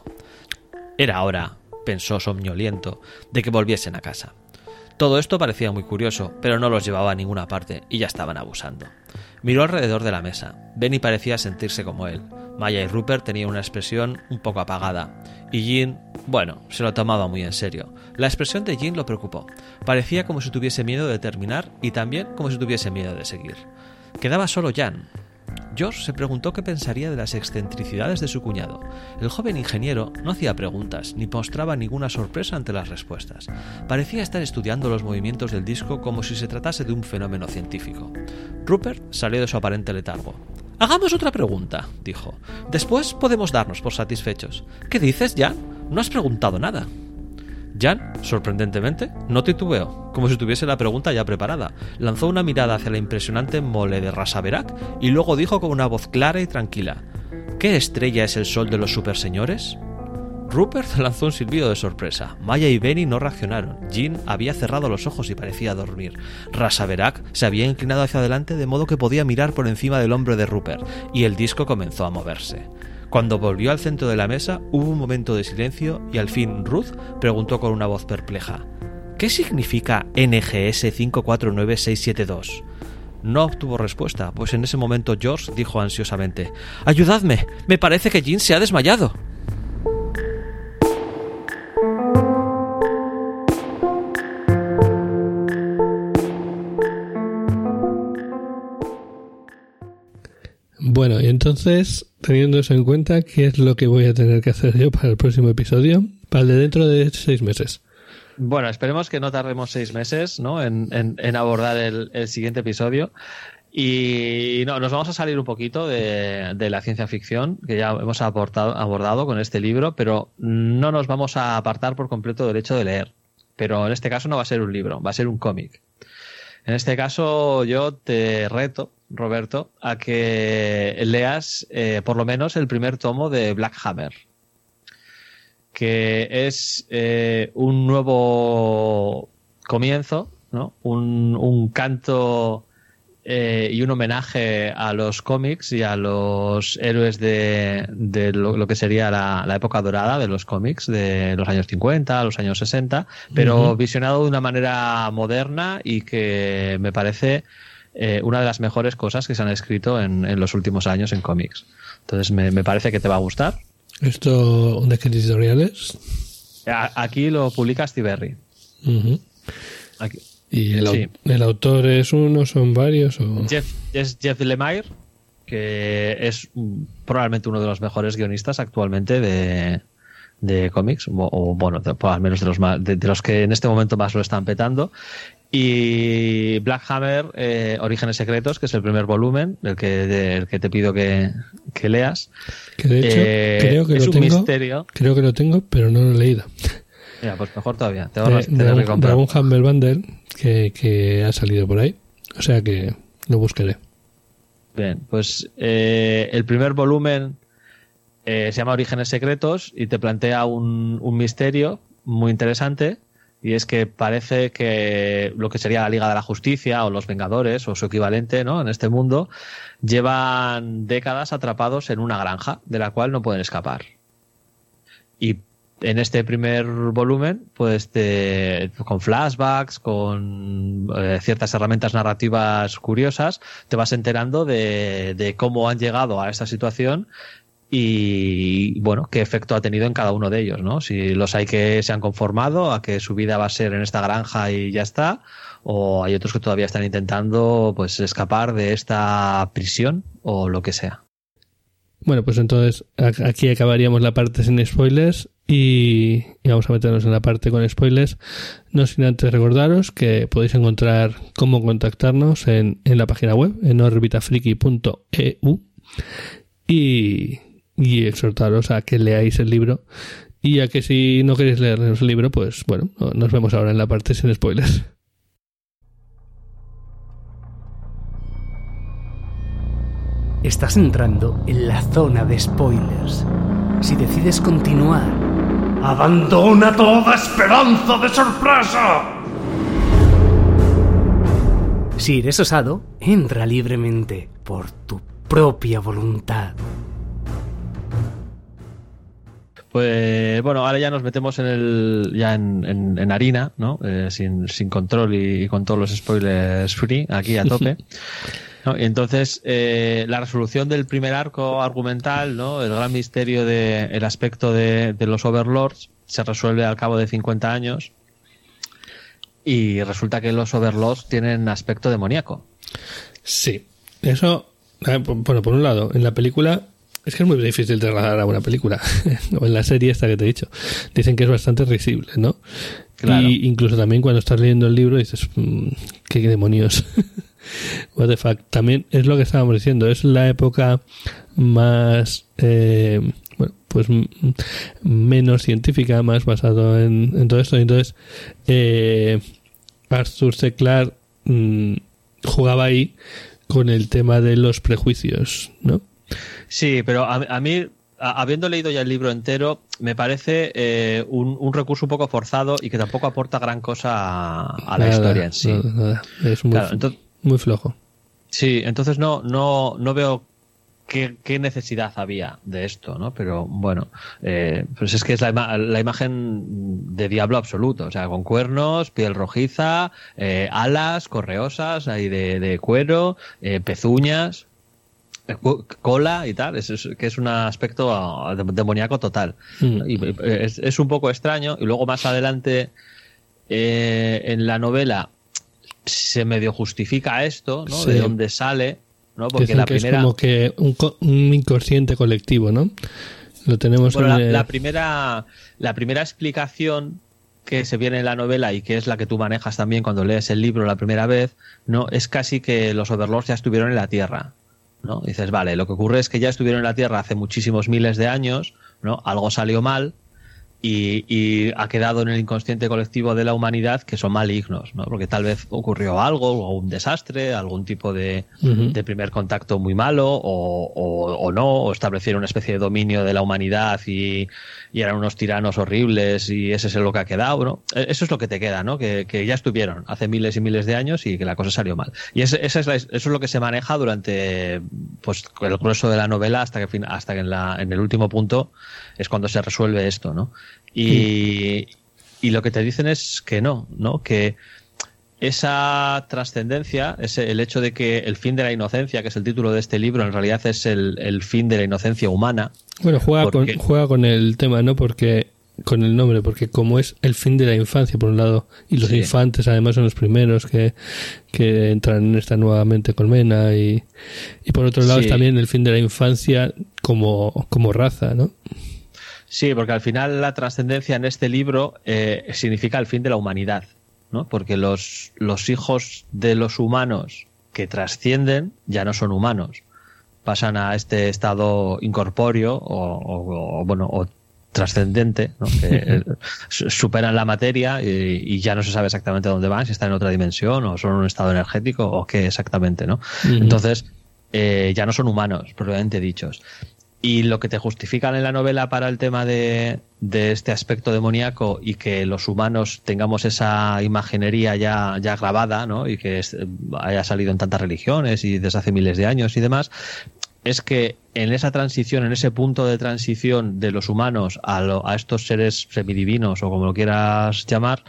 Era hora, pensó somnoliento, de que volviesen a casa. Todo esto parecía muy curioso, pero no los llevaba a ninguna parte y ya estaban abusando. Miró alrededor de la mesa. Benny parecía sentirse como él. Maya y Rupert tenían una expresión un poco apagada. Y Jean, bueno, se lo tomaba muy en serio. La expresión de Jean lo preocupó. Parecía como si tuviese miedo de terminar y también como si tuviese miedo de seguir. Quedaba solo Jan. George se preguntó qué pensaría de las excentricidades de su cuñado. El joven ingeniero no hacía preguntas, ni mostraba ninguna sorpresa ante las respuestas. Parecía estar estudiando los movimientos del disco como si se tratase de un fenómeno científico. Rupert salió de su aparente letargo. «Hagamos otra pregunta», dijo. «Después podemos darnos por satisfechos». «¿Qué dices, Jan? No has preguntado nada». Jan, sorprendentemente, no titubeó, como si tuviese la pregunta ya preparada. Lanzó una mirada hacia la impresionante mole de Rasaberak y luego dijo con una voz clara y tranquila: «¿Qué estrella es el sol de los superseñores?» Rupert lanzó un silbido de sorpresa. Maya y Benny no reaccionaron. Jean había cerrado los ojos y parecía dormir. Rasaberak se había inclinado hacia adelante de modo que podía mirar por encima del hombro de Rupert, y el disco comenzó a moverse. Cuando volvió al centro de la mesa, hubo un momento de silencio y al fin Ruth preguntó con una voz perpleja: «¿Qué significa NGS 549672?» No obtuvo respuesta, pues en ese momento George dijo ansiosamente: «¡Ayudadme! Me parece que Jean se ha desmayado». Bueno, y entonces, teniendo eso en cuenta, ¿qué es lo que voy a tener que hacer yo para el próximo episodio? Para el de dentro de 6 meses. Bueno, esperemos que no tardemos 6 meses, ¿no? en abordar el siguiente episodio. Y no, nos vamos a salir un poquito de la ciencia ficción, que ya hemos abordado con este libro, pero no nos vamos a apartar por completo del hecho de leer. Pero en este caso no va a ser un libro, va a ser un cómic. En este caso yo te reto, Roberto, a que leas por lo menos el primer tomo de Black Hammer, que es un nuevo comienzo, ¿no? Un canto y un homenaje a los cómics y a los héroes de lo que sería la época dorada de los cómics de los años 50, los años 60, pero visionado de una manera moderna y que me parece una de las mejores cosas que se han escrito en los últimos años en cómics. Entonces me parece que te va a gustar. ¿Esto de qué editorial es? Aquí lo publica Steve Berry. Aquí. ¿Y el autor es uno, son varios? O... Jeff Lemire, que es probablemente uno de los mejores guionistas actualmente de cómics, o bueno, al menos de los que en este momento más lo están petando. Y Black Hammer, Orígenes Secretos, que es el primer volumen, el que te pido que leas. Que de hecho creo que es lo un tengo. Misterio. Creo que lo tengo, pero no lo he leído. Mira, pues mejor todavía. Te vas a tener que comprar. De un Humble Bundle que ha salido por ahí. O sea que lo buscaré. Bien, pues el primer volumen se llama Orígenes Secretos y te plantea un misterio muy interesante. Y es que parece que lo que sería la Liga de la Justicia o los Vengadores o su equivalente, ¿no?, en este mundo, llevan décadas atrapados en una granja de la cual no pueden escapar. Y en este primer volumen, pues con flashbacks, con ciertas herramientas narrativas curiosas, te vas enterando de cómo han llegado a esta situación y bueno, qué efecto ha tenido en cada uno de ellos, ¿no? Si los hay que se han conformado a que su vida va a ser en esta granja y ya está, o hay otros que todavía están intentando pues escapar de esta prisión o lo que sea. Bueno, pues entonces aquí acabaríamos la parte sin spoilers y vamos a meternos en la parte con spoilers, no sin antes recordaros que podéis encontrar cómo contactarnos en la página web, en orbitafriki.eu, y exhortaros a que leáis el libro y a que si no queréis leer el libro, pues bueno, nos vemos ahora en la parte sin spoilers. Estás entrando en la zona de spoilers. Si decides continuar, ¡abandona toda esperanza de sorpresa! Si eres osado, entra libremente por tu propia voluntad. Pues bueno, ahora ya nos metemos en harina, ¿no? Sin control y con todos los spoilers free, aquí a tope. ¿No? Y entonces, la resolución del primer arco argumental, ¿no?, el gran misterio del aspecto de los Overlords, se resuelve al cabo de 50 años y resulta que los Overlords tienen aspecto demoníaco. Sí, eso, bueno, por un lado, en la película es que es muy difícil trasladar a una película, o en la serie esta que te he dicho, dicen que es bastante risible, ¿no? Claro. Y incluso también cuando estás leyendo el libro dices, ¿qué demonios? What the fuck. También es lo que estábamos diciendo, es la época más bueno, pues menos científica, más basado en todo esto. Entonces Arthur C. Clarke jugaba ahí con el tema de los prejuicios, ¿no? Sí, pero a mí, habiendo leído ya el libro entero, me parece un recurso un poco forzado y que tampoco aporta gran cosa a la historia en sí. Nada. Es muy, entonces, muy flojo. Sí, entonces no veo qué necesidad había de esto, ¿no? Pero bueno, pues es que es la imagen de diablo absoluto, o sea, con cuernos, piel rojiza, alas correosas ahí de cuero, pezuñas, cola y tal, que es un aspecto demoníaco total. Y es un poco extraño, y luego más adelante en la novela se medio justifica esto, ¿no? Sí. De dónde sale, ¿no? Porque la primera es como que un inconsciente colectivo, ¿no? Lo tenemos. Bueno, la primera explicación que se viene en la novela y que es la que tú manejas también cuando lees el libro la primera vez, ¿no? Es casi que los Overlords ya estuvieron en la Tierra, ¿no? Dices, vale, lo que ocurre es que ya estuvieron en la Tierra hace muchísimos miles de años, ¿no? Algo salió mal y ha quedado en el inconsciente colectivo de la humanidad que son malignos, ¿no? Porque tal vez ocurrió algo, o un desastre, algún tipo de primer contacto muy malo, o no, o establecieron una especie de dominio de la humanidad y eran unos tiranos horribles y ese es lo que ha quedado, ¿no? Eso es lo que te queda, ¿no? Que ya estuvieron hace miles y miles de años y que la cosa salió mal. Y eso es lo que se maneja durante pues el grueso de la novela hasta que en el último punto es cuando se resuelve esto, ¿no? Y lo que te dicen es que no, que esa trascendencia, el hecho de que el fin de la inocencia, que es el título de este libro, en realidad es el fin de la inocencia humana. Bueno, juega con el tema, ¿no? Porque con el nombre, porque como es el fin de la infancia por un lado, y los infantes además son los primeros que entran en esta nueva mente colmena, y por otro lado es también el fin de la infancia como raza, ¿no? Sí, porque al final la trascendencia en este libro significa el fin de la humanidad, ¿no? Porque los hijos de los humanos que trascienden ya no son humanos, pasan a este estado incorpóreo o trascendente, ¿no? Que superan la materia y ya no se sabe exactamente dónde van, si están en otra dimensión o son en un estado energético o qué exactamente, ¿no? Entonces ya no son humanos, propiamente dichos. Y lo que te justifican en la novela para el tema de este aspecto demoníaco y que los humanos tengamos esa imaginería ya grabada, ¿no? Y que haya salido en tantas religiones y desde hace miles de años y demás, es que en esa transición, en ese punto de transición de los humanos a estos seres semidivinos o como lo quieras llamar,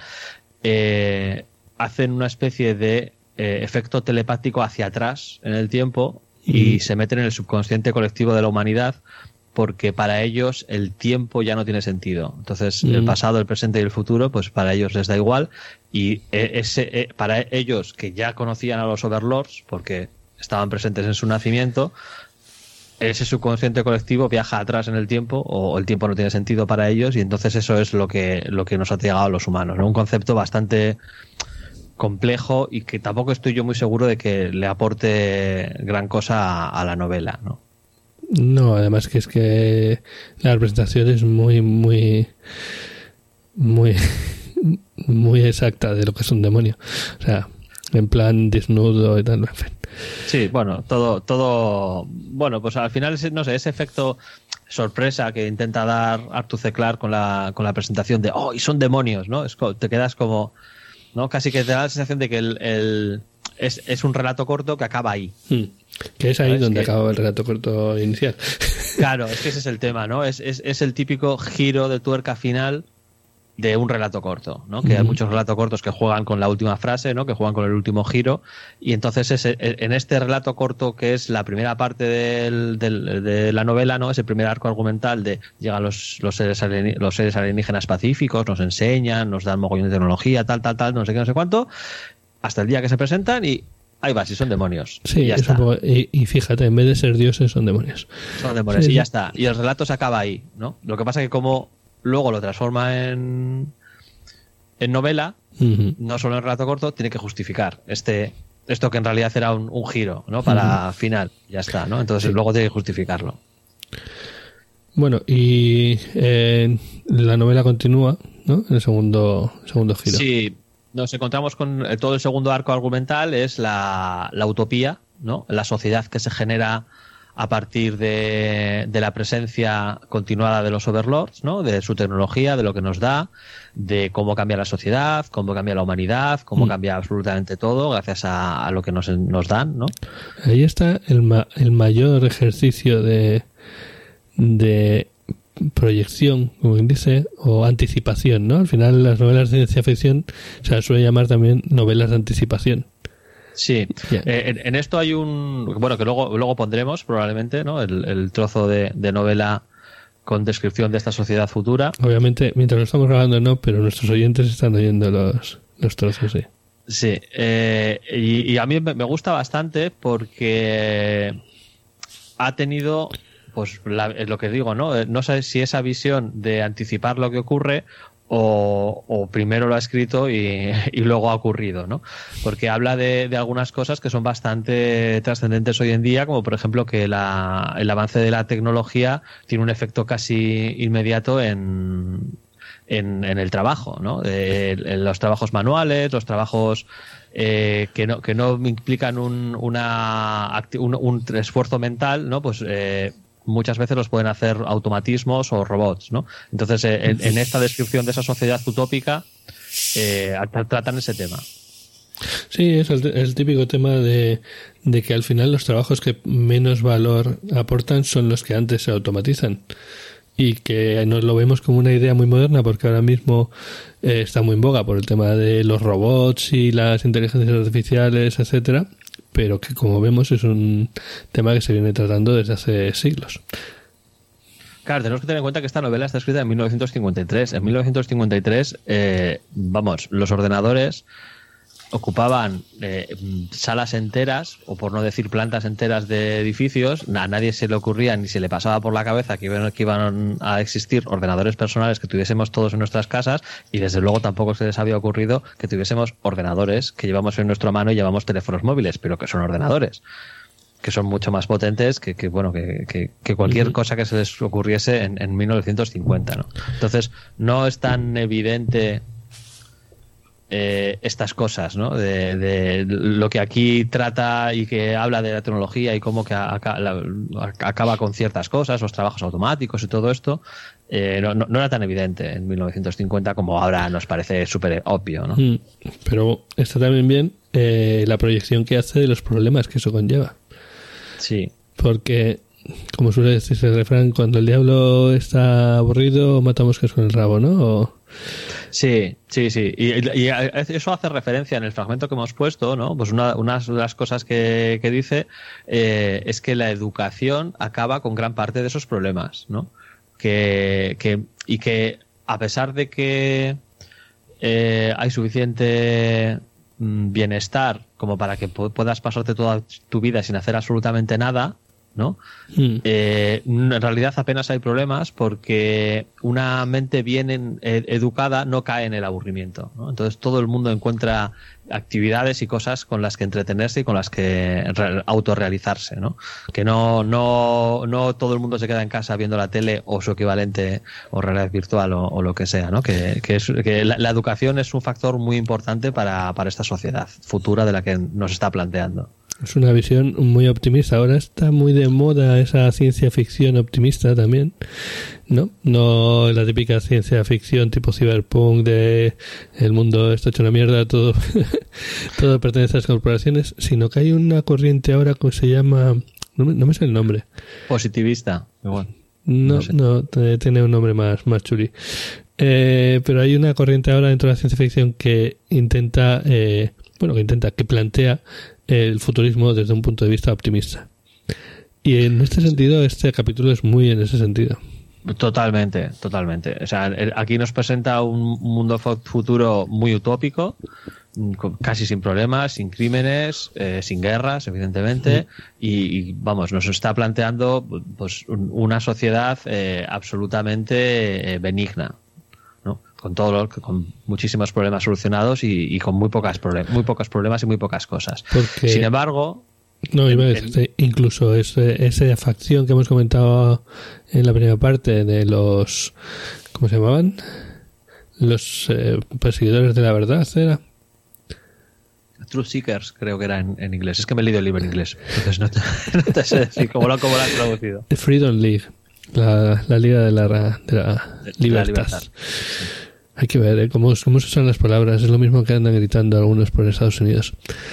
hacen una especie de efecto telepático hacia atrás en el tiempo y se meten en el subconsciente colectivo de la humanidad, porque para ellos el tiempo ya no tiene sentido. Entonces el pasado, el presente y el futuro, pues para ellos les da igual, y para ellos que ya conocían a los Overlords porque estaban presentes en su nacimiento, ese subconsciente colectivo viaja atrás en el tiempo, o el tiempo no tiene sentido para ellos, y entonces eso es lo que nos ha llegado a los humanos, ¿no? Un concepto bastante complejo y que tampoco estoy yo muy seguro de que le aporte gran cosa a la novela, ¿no? No, además que es que la representación es muy muy exacta de lo que es un demonio, o sea, en plan desnudo y tal, en fin. Sí, bueno, todo bueno, pues al final no sé, ese efecto sorpresa que intenta dar Arthur C. Clarke con la presentación de y son demonios, ¿no? Te quedas como, ¿no? Casi que te da la sensación de que es un relato corto que acaba ahí. Que es ahí donde acaba el relato corto inicial. Claro, es que ese es el tema, ¿no? Es el típico giro de tuerca final de un relato corto, ¿no? Que hay muchos relatos cortos que juegan con la última frase, ¿no? Que juegan con el último giro, y entonces en este relato corto, que es la primera parte de la novela, ¿no? Ese primer arco argumental de llegan los seres alienígenas pacíficos, nos enseñan, nos dan mogollón de tecnología, tal, no sé qué, no sé cuánto, hasta el día que se presentan y ahí va, si son demonios. Sí, y ya está. Y fíjate, en vez de ser dioses son demonios. Son demonios, sí, y ya está. Y el relato se acaba ahí, ¿no? Lo que pasa es que como luego lo transforma en novela, no solo en relato corto, tiene que justificar esto que en realidad era un giro, ¿no? Para final, ya está, ¿no? Entonces luego tiene que justificarlo. Bueno, y la novela continúa, ¿no? En el segundo giro. Sí, nos encontramos con todo el segundo arco argumental, es la utopía, ¿no? La sociedad que se genera a partir de la presencia continuada de los Overlords, ¿no? De su tecnología, de lo que nos da, de cómo cambia la sociedad, cómo cambia la humanidad, cómo cambia absolutamente todo gracias a lo que nos dan, ¿no? Ahí está el mayor ejercicio de proyección, como quien dice, o anticipación, ¿no? Al final las novelas de ciencia ficción se las suele llamar también novelas de anticipación. Sí, en esto hay que luego pondremos probablemente, ¿no? El trozo de novela con descripción de esta sociedad futura. Obviamente, mientras lo estamos grabando no, pero nuestros oyentes están oyendo los trozos, sí. Sí, y a mí me gusta bastante porque ha tenido, pues lo que digo, ¿no? No sé si esa visión de anticipar lo que ocurre o primero lo ha escrito y luego ha ocurrido, ¿no? Porque habla de algunas cosas que son bastante trascendentes hoy en día, como por ejemplo que el avance de la tecnología tiene un efecto casi inmediato en en el trabajo, ¿no? En los trabajos manuales, los trabajos que no implican un esfuerzo mental, ¿no? Pues muchas veces los pueden hacer automatismos o robots, ¿no? Entonces, en esta descripción de esa sociedad utópica tratan ese tema. Sí, es el típico tema de que al final los trabajos que menos valor aportan son los que antes se automatizan. Y que nos lo vemos como una idea muy moderna porque ahora mismo está muy en boga por el tema de los robots y las inteligencias artificiales, etcétera, pero que como vemos es un tema que se viene tratando desde hace siglos. Claro, tenemos que tener en cuenta que esta novela está escrita en 1953. En 1953, los ordenadores ocupaban salas enteras, o por no decir plantas enteras de edificios. A nadie se le ocurría ni se le pasaba por la cabeza que iban a existir ordenadores personales que tuviésemos todos en nuestras casas, y desde luego tampoco se les había ocurrido que tuviésemos ordenadores que llevamos en nuestra mano y llamamos teléfonos móviles, pero que son ordenadores, que son mucho más potentes que cualquier cosa que se les ocurriese en 1950, ¿no? Entonces, no es tan evidente estas cosas, ¿no? De lo que aquí trata y que habla de la tecnología y cómo que acaba con ciertas cosas, los trabajos automáticos y todo esto, no era tan evidente en 1950 como ahora nos parece súper obvio, ¿no? Pero está también bien la proyección que hace de los problemas que eso conlleva. Sí. Porque, como suele decirse el refrán, cuando el diablo está aburrido, mata moscas con el rabo, ¿no? Sí. Y eso hace referencia en el fragmento que hemos puesto, ¿no? Pues una de las cosas que dice es que la educación acaba con gran parte de esos problemas, ¿no? Y que a pesar de que hay suficiente bienestar como para que puedas pasarte toda tu vida sin hacer absolutamente nada, ¿no? En realidad apenas hay problemas porque una mente bien educada no cae en el aburrimiento, ¿no? Entonces todo el mundo encuentra actividades y cosas con las que entretenerse y con las que autorrealizarse, ¿no? Que no todo el mundo se queda en casa viendo la tele o su equivalente o realidad virtual o lo que sea, ¿no? Que la educación es un factor muy importante para esta sociedad futura de la que nos está planteando. Es una visión muy optimista. Ahora está muy de moda esa ciencia ficción optimista también, ¿no? No la típica ciencia ficción tipo cyberpunk de el mundo está hecho una mierda, todo pertenece a las corporaciones, sino que hay una corriente ahora que se llama... No me sé el nombre. Positivista. Igual. No, tiene un nombre más chuli. Pero hay una corriente ahora dentro de la ciencia ficción que que plantea el futurismo desde un punto de vista optimista. Y en este sentido, este capítulo es muy en ese sentido. Totalmente. O sea, aquí nos presenta un mundo futuro muy utópico, casi sin problemas, sin crímenes, sin guerras, evidentemente, y nos está planteando pues una sociedad absolutamente benigna, ¿no? Con muchísimos problemas solucionados y con muy pocos problemas y muy pocas cosas. Porque... Sin embargo, incluso esa facción que hemos comentado en la primera parte de los... ¿cómo se llamaban? Los perseguidores de la verdad, ¿era? Truth Seekers, creo que era en inglés. Es que me he leído el libro en inglés, entonces no te sé decir cómo lo han traducido. The Freedom League, la Liga de la Libertad. Sí. Hay que ver cómo se usan las palabras. Es lo mismo que andan gritando algunos por Estados Unidos.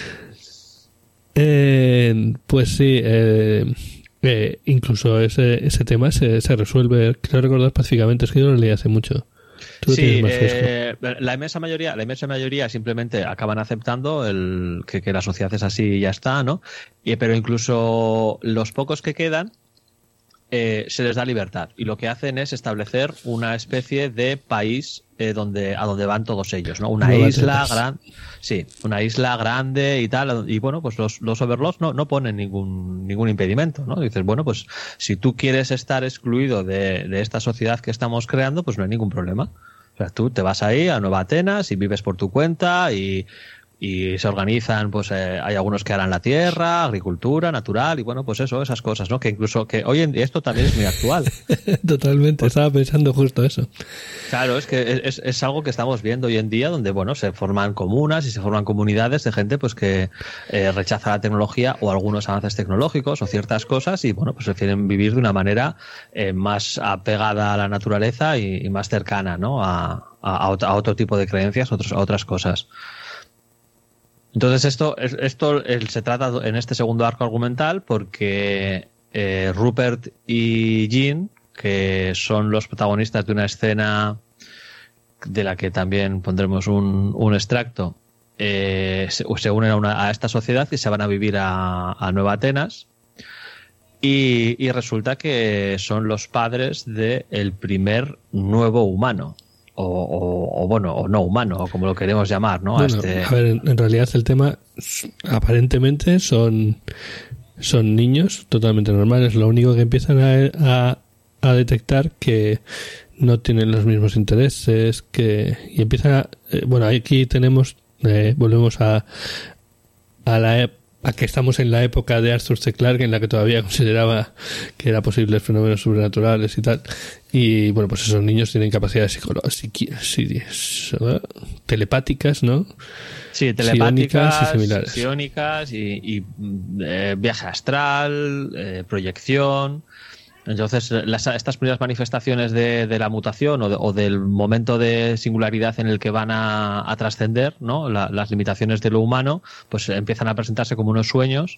Pues sí, incluso ese tema se resuelve, quiero recordar pacíficamente, es que yo lo leí hace mucho. Sí, la inmensa mayoría simplemente acaban aceptando que la sociedad es así y ya está, ¿no? Pero incluso los pocos que quedan se les da libertad y lo que hacen es establecer una especie de país a donde van todos ellos, ¿no? Una isla grande y tal, y bueno, pues los overlords no ponen ningún impedimento, ¿no? Dices, bueno, pues si tú quieres estar excluido de esta sociedad que estamos creando, pues no hay ningún problema. O sea, tú te vas ahí a Nueva Atenas y vives por tu cuenta y y se organizan, pues hay algunos que harán la tierra, agricultura, natural, y bueno, pues eso, esas cosas, ¿no? Que incluso que hoy en día esto también es muy actual. Totalmente, estaba pensando justo eso. Claro, es que es algo que estamos viendo hoy en día, donde bueno, se forman comunas y se forman comunidades de gente pues que rechaza la tecnología o algunos avances tecnológicos o ciertas cosas y bueno, pues prefieren vivir de una manera más apegada a la naturaleza y más cercana, ¿no? a otro tipo de creencias, a otras cosas. Entonces esto se trata en este segundo arco argumental porque Rupert y Jean, que son los protagonistas de una escena de la que también pondremos un extracto, se unen a esta sociedad y se van a vivir a Nueva Atenas y resulta que son los padres del primer nuevo humano. O no humano, o como lo queremos llamar, ¿no? Bueno, a ver, en realidad el tema aparentemente son niños totalmente normales. Lo único que empiezan a detectar que no tienen los mismos intereses, y empiezan a... bueno, aquí tenemos... volvemos a que estamos en la época de Arthur C. Clarke, en la que todavía consideraba que era posible fenómenos sobrenaturales y tal. Y bueno, pues esos niños tienen capacidades telepáticas, ¿no? Sí, telepáticas, y similares. Psiónicas y viaje astral, proyección. Entonces, estas primeras manifestaciones de la mutación o del momento de singularidad en el que van a trascender, ¿no? Las limitaciones de lo humano, pues empiezan a presentarse como unos sueños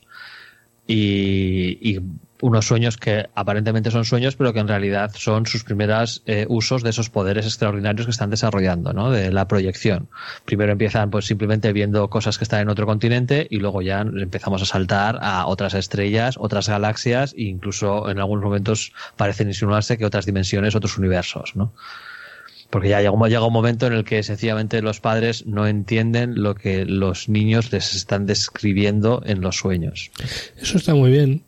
y unos sueños que aparentemente son sueños, pero que en realidad son sus primeros usos de esos poderes extraordinarios que están desarrollando, ¿no? De la proyección. Primero empiezan pues simplemente viendo cosas que están en otro continente y luego ya empezamos a saltar a otras estrellas, otras galaxias e incluso en algunos momentos parecen insinuarse que otras dimensiones, otros universos, ¿no? Porque ya llega un momento en el que sencillamente los padres no entienden lo que los niños les están describiendo en los sueños. Eso está muy bien.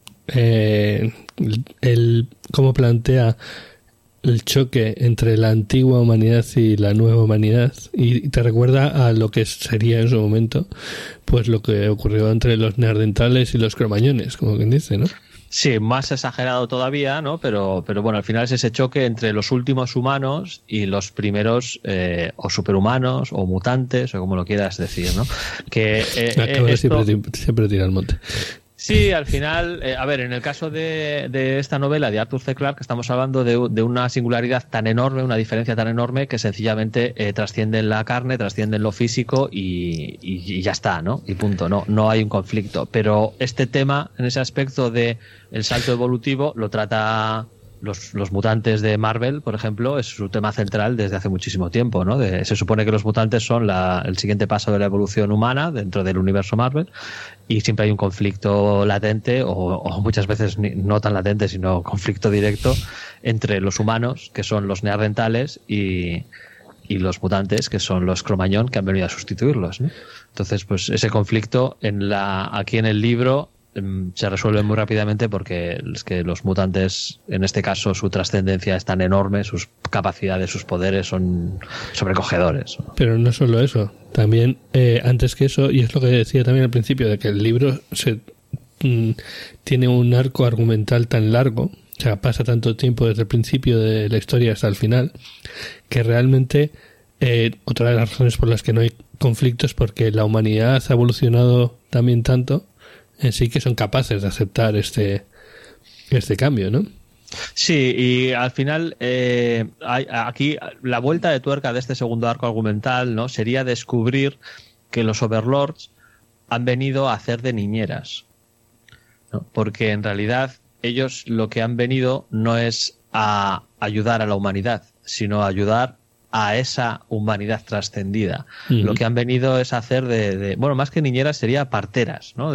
Cómo plantea el choque entre la antigua humanidad y la nueva humanidad, y te recuerda a lo que sería en su momento pues lo que ocurrió entre los neandertales y los cromañones, como quien dice, ¿no? Sí, más exagerado todavía, ¿no? Pero bueno, al final es ese choque entre los últimos humanos y los primeros o superhumanos o mutantes o como lo quieras decir, ¿no? Que siempre tira al monte. Sí, al final, a ver, en el caso de esta novela de Arthur C. Clarke, estamos hablando de una singularidad tan enorme, una diferencia tan enorme que sencillamente trasciende la carne, trasciende lo físico y ya está, ¿no? Y punto, no hay un conflicto. Pero este tema, en ese aspecto de el salto evolutivo, lo trata los mutantes de Marvel, por ejemplo, es su tema central desde hace muchísimo tiempo, ¿no? Se supone que los mutantes son el siguiente paso de la evolución humana dentro del universo Marvel y siempre hay un conflicto latente o muchas veces no tan latente, sino conflicto directo entre los humanos, que son los neandertales, y los mutantes, que son los cromañón, que han venido a sustituirlos, ¿no? Entonces, pues ese conflicto aquí en el libro se resuelve muy rápidamente porque es que los mutantes, en este caso, su trascendencia es tan enorme, sus capacidades, sus poderes son sobrecogedores. Pero no solo eso, también antes que eso, y es lo que decía también al principio, de que el libro tiene un arco argumental tan largo, o sea, pasa tanto tiempo desde el principio de la historia hasta el final, que realmente otra de las razones por las que no hay conflictos es porque la humanidad ha evolucionado también tanto en sí que son capaces de aceptar este cambio, ¿no? Sí, y al final aquí la vuelta de tuerca de este segundo arco argumental, ¿no? Sería descubrir que los Overlords han venido a hacer de niñeras, ¿no? Porque en realidad ellos lo que han venido no es a ayudar a la humanidad, sino a ayudar a esa humanidad trascendida. Uh-huh. Lo que han venido es hacer bueno, más que niñeras sería parteras, ¿no?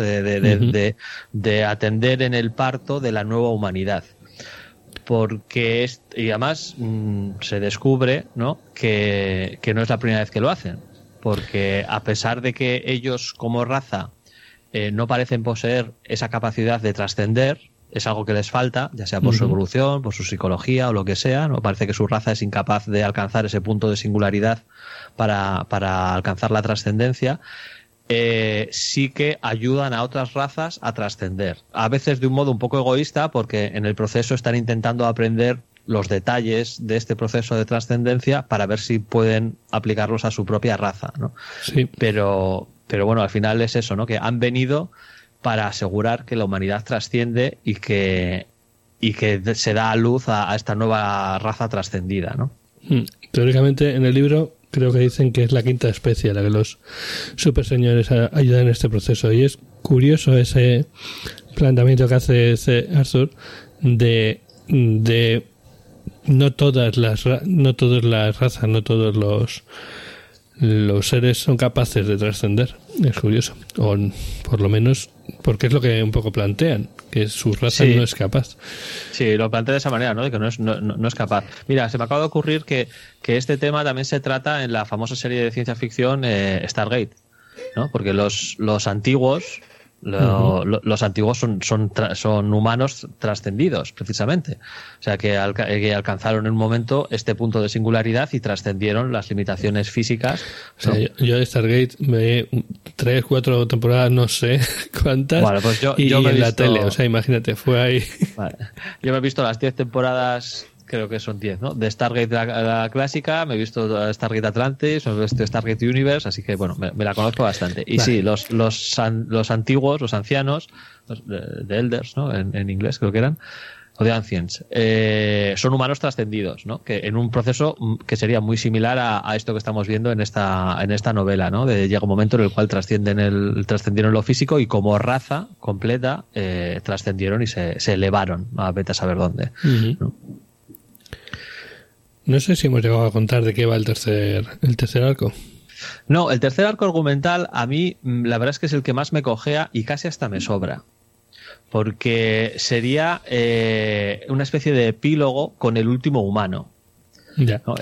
De atender en el parto de la nueva humanidad. Porque y además se descubre, ¿no? que no es la primera vez que lo hacen, porque a pesar de que ellos como raza no parecen poseer esa capacidad de trascender, es algo que les falta, ya sea por su evolución, por su psicología o lo que sea, ¿no? Parece que su raza es incapaz de alcanzar ese punto de singularidad para alcanzar la trascendencia. sí que ayudan a otras razas a trascender. A veces de un modo un poco egoísta, porque en el proceso están intentando aprender los detalles de este proceso de trascendencia para ver si pueden aplicarlos a su propia raza, ¿no? Sí. Pero bueno, al final es eso, ¿no? Que han venido para asegurar que la humanidad trasciende y que se da a luz a esta nueva raza trascendida, ¿no? Teóricamente en el libro creo que dicen que es la quinta especie a la que los super señores ayudan en este proceso, y es curioso ese planteamiento que hace Arthur de no todas las razas, no todos los seres son capaces de trascender. Es curioso, o por lo menos porque es lo que un poco plantean, que su raza no es capaz. Sí, lo plantea de esa manera, ¿no? De que no es capaz. Mira, se me acaba de ocurrir que este tema también se trata en la famosa serie de ciencia ficción Stargate, ¿no? Porque los antiguos los antiguos son humanos trascendidos, precisamente. O sea, que alcanzaron en un momento este punto de singularidad y trascendieron las limitaciones físicas, ¿no? O sea, yo de Stargate me 3, 4 temporadas, no sé cuántas, bueno, pues yo me en la tele, o sea, imagínate, fue ahí. Vale. Yo me he visto las 10 temporadas, creo que son 10, ¿no? De Stargate la clásica, me he visto Stargate Atlantis, me he visto Stargate Universe, así que bueno, me la conozco bastante. Y vale. Sí, los antiguos, los ancianos, de Elders, ¿no? En inglés creo que eran, o de Ancients, son humanos trascendidos, ¿no? Que en un proceso que sería muy similar a esto que estamos viendo en esta novela, ¿no? Llega un momento en el cual trascendieron lo físico y como raza completa trascendieron y se elevaron a vete a saber dónde, ¿no? No sé si hemos llegado a contar de qué va el tercer arco. No, el tercer arco argumental a mí la verdad es que es el que más me cojea y casi hasta me sobra. Porque sería una especie de epílogo con el último humano. Ya. ¿No?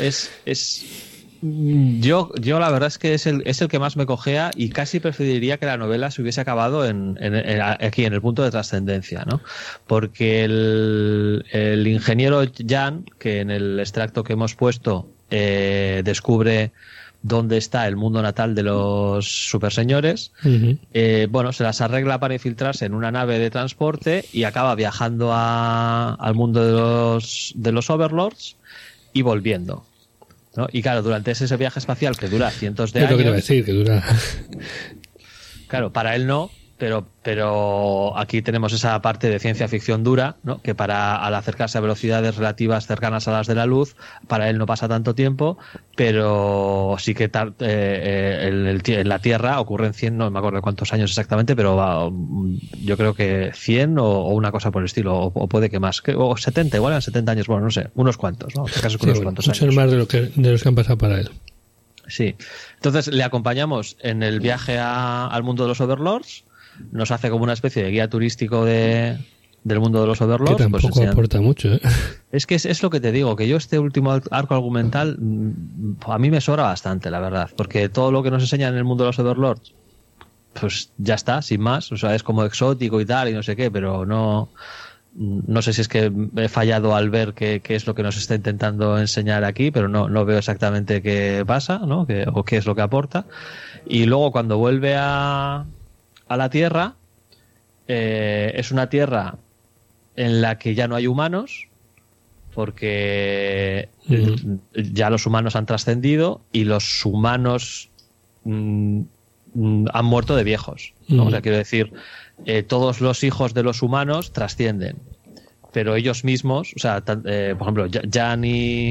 Yo la verdad es que es el que más me cojea y casi preferiría que la novela se hubiese acabado aquí en el punto de trascendencia, ¿no? Porque el ingeniero Jan, que en el extracto que hemos puesto descubre dónde está el mundo natal de los superseñores, bueno, se las arregla para infiltrarse en una nave de transporte y acaba viajando al mundo de los Overlords y volviendo, ¿no? Y claro, durante ese viaje espacial que dura cientos de años... Es lo que te iba a decir, que dura... Claro, para él no, pero aquí tenemos esa parte de ciencia ficción dura, ¿no? Que al acercarse a velocidades relativas cercanas a las de la luz, para él no pasa tanto tiempo, pero sí que en la Tierra ocurren 100, no me acuerdo cuántos años exactamente, pero yo creo que 100 o una cosa por el estilo, o puede que más, o 70, igual eran 70 años, bueno, no sé, unos cuantos, ¿no? Sí, muchos más de los que han pasado para él. Sí, entonces le acompañamos en el viaje al mundo de los Overlords, nos hace como una especie de guía turístico del mundo de los Overlords. Que tampoco pues aporta mucho, ¿eh? Es que es lo que te digo, que yo este último arco argumental a mí me sobra bastante, la verdad, porque todo lo que nos enseñan en el mundo de los Overlords pues ya está, sin más, o sea, es como exótico y tal y no sé qué, pero no sé si es que he fallado al ver qué es lo que nos está intentando enseñar aquí, pero no veo exactamente qué pasa, ¿no? O qué es lo que aporta. Y luego cuando vuelve a la Tierra, es una Tierra en la que ya no hay humanos, porque ya los humanos han trascendido y los humanos han muerto de viejos, ¿no? O sea, quiero decir, todos los hijos de los humanos trascienden, pero ellos mismos, o sea, por ejemplo, Jean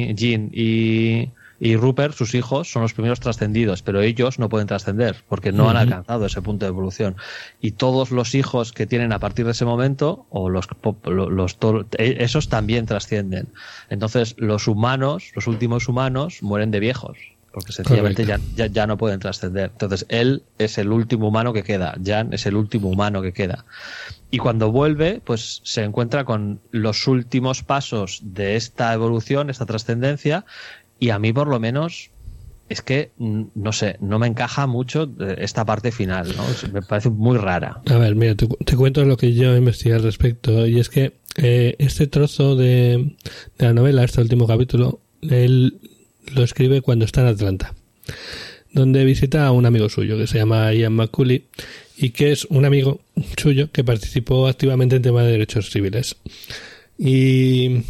y Rupert, sus hijos, son los primeros trascendidos, pero ellos no pueden trascender porque no han alcanzado ese punto de evolución. Y todos los hijos que tienen a partir de ese momento, o esos también trascienden. Entonces, los últimos humanos, mueren de viejos, porque sencillamente ya no pueden trascender. Entonces, él es el último humano que queda, Jan es el último humano que queda. Y cuando vuelve, pues se encuentra con los últimos pasos de esta evolución, esta trascendencia. Y a mí, por lo menos, es que, no sé, no me encaja mucho esta parte final, ¿no? Me parece muy rara. A ver, mira, te cuento lo que yo investigué al respecto. Y es que este trozo de la novela, este último capítulo, él lo escribe cuando está en Atlanta. donde visita a un amigo suyo que se llama Ian McCauley y que es un amigo suyo que participó activamente en temas de derechos civiles. Y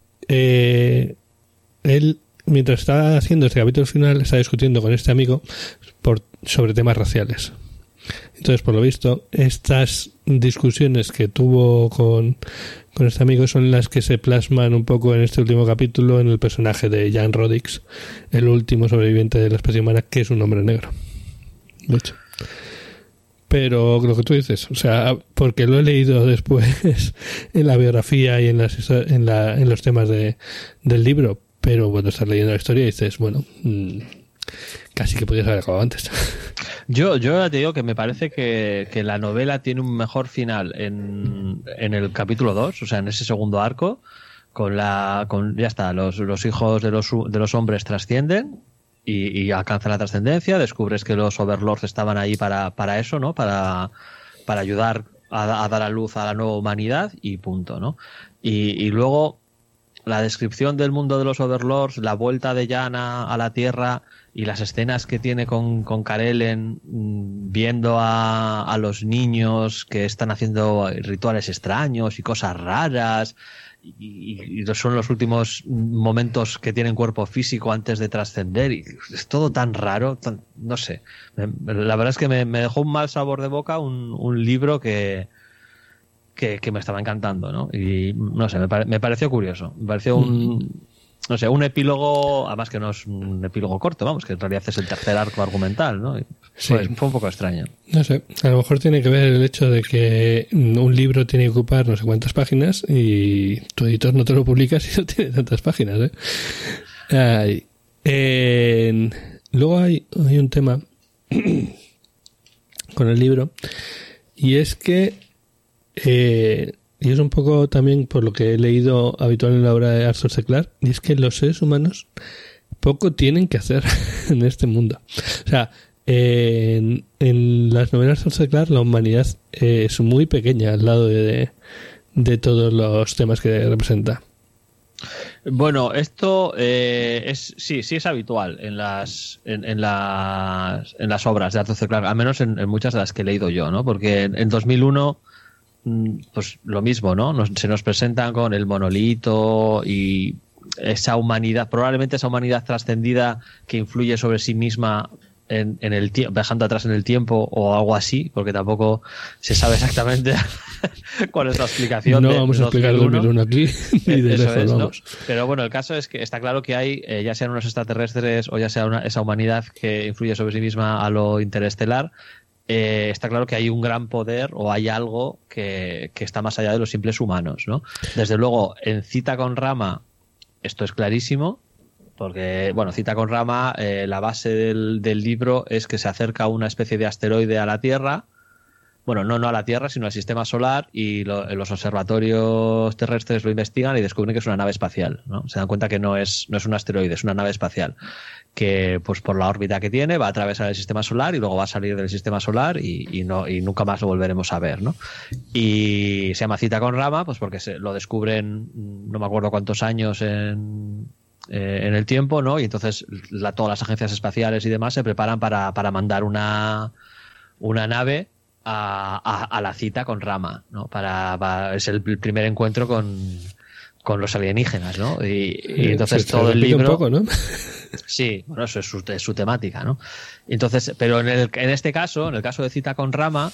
él, mientras está haciendo este capítulo final, está discutiendo con este amigo sobre temas raciales. Entonces, por lo visto, estas discusiones que tuvo con este amigo son las que se plasman un poco en este último capítulo en el personaje de Jan Rodix, el último sobreviviente de la especie humana, que es un hombre negro. De hecho. Pero lo que tú dices, o sea, porque lo he leído después en la biografía y en los temas del libro, pero cuando estás leyendo la historia dices, bueno, casi que podías haber acabado antes. Yo ya te digo que me parece que la novela tiene un mejor final en el capítulo 2, o sea, en ese segundo arco, ya está, los hijos de los hombres trascienden y alcanzan la trascendencia, descubres que los overlords estaban ahí para eso, ¿no? Para ayudar a dar a luz a la nueva humanidad y punto, ¿no? Y luego la descripción del mundo de los overlords, la vuelta de Jan a la Tierra y las escenas que tiene con Karelen viendo a los niños que están haciendo rituales extraños y cosas raras y son los últimos momentos que tienen cuerpo físico antes de trascender y es todo tan raro, no sé, la verdad es que me dejó un mal sabor de boca un libro que me estaba encantando, ¿no? Y no sé, me pareció curioso. Me pareció un epílogo, además que no es un epílogo corto, vamos, que en realidad es el tercer arco argumental, ¿no? Y Sí. Fue un poco extraño. No sé, a lo mejor tiene que ver el hecho de que un libro tiene que ocupar no sé cuántas páginas y tu editor no te lo publica si no tiene tantas páginas, luego hay un tema con el libro y es que y es un poco también por lo que he leído habitual en la obra de Arthur C. Clarke, y es que los seres humanos poco tienen que hacer en este mundo. O sea, en las novelas de Arthur C. Clarke la humanidad es muy pequeña al lado de todos los temas que representa. Bueno, esto sí es habitual en las obras de Arthur C. Clarke, al menos en muchas de las que he leído yo, ¿no? Porque en 2001 pues lo mismo, ¿no? Se nos presentan con el monolito y esa humanidad, probablemente esa humanidad trascendida que influye sobre sí misma en el tiempo, viajando atrás en el tiempo o algo así, porque tampoco se sabe exactamente cuál es la explicación. No vamos a explicar 2001 aquí ni de eso lejos, es, ¿no? vamos. Pero bueno, el caso es que está claro que hay, ya sean unos extraterrestres o ya sea esa humanidad que influye sobre sí misma a lo interestelar, está claro que hay un gran poder o hay algo que está más allá de los simples humanos, ¿no? Desde luego, en Cita con Rama esto es clarísimo, porque, bueno, Cita con Rama, la base del libro es que se acerca una especie de asteroide a la Tierra, bueno, no a la Tierra, sino al sistema solar, y los observatorios terrestres lo investigan y descubren que es una nave espacial, ¿no? Se dan cuenta que no es un asteroide, es una nave espacial que, pues por la órbita que tiene, va a atravesar el sistema solar y luego va a salir del sistema solar y nunca más lo volveremos a ver, ¿no? Y se llama Cita con Rama, pues porque lo descubren, no me acuerdo cuántos años en el tiempo, ¿no? Y entonces todas las agencias espaciales y demás se preparan para mandar una nave a la Cita con Rama, ¿no? Es el primer encuentro con los alienígenas, ¿no? Y entonces todo el libro... un poco, ¿no? Sí, bueno, eso es su temática, ¿no? Entonces, pero en este caso, en el caso de Cita con Rama,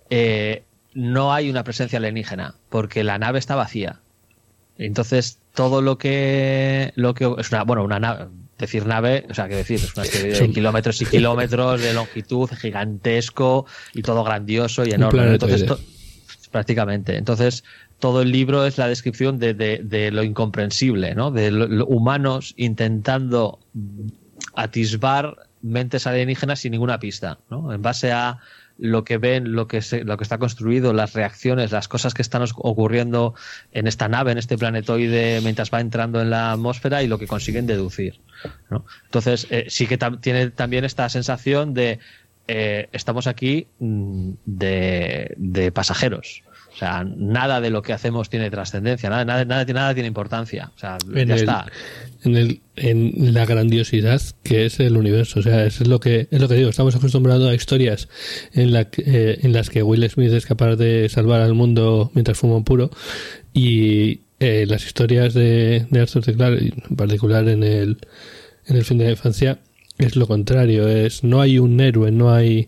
no hay una presencia alienígena, porque la nave está vacía. Entonces, todo lo que es una nave, decir nave, o sea, que decir, es una serie de kilómetros y kilómetros de longitud, gigantesco y todo grandioso y enorme. Entonces, prácticamente. Entonces, todo el libro es la descripción de lo incomprensible, ¿no? De humanos intentando atisbar mentes alienígenas sin ninguna pista, ¿no? En base a lo que ven, lo que está construido, las reacciones, las cosas que están ocurriendo en esta nave, en este planetoide, mientras va entrando en la atmósfera y lo que consiguen deducir, ¿no? Entonces, sí que tiene también esta sensación de estamos aquí de pasajeros. O sea, nada de lo que hacemos tiene trascendencia, nada tiene importancia. O sea, está. En la grandiosidad que es el universo. O sea, eso es lo que digo. Estamos acostumbrados a historias en las que Will Smith es capaz de salvar al mundo mientras fuma un puro, y las historias de Arthur C. Clarke, en particular en el fin de la infancia, es lo contrario. No hay un héroe, no hay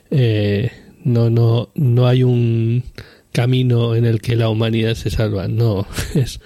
no hay un camino en el que la humanidad se salva. No, es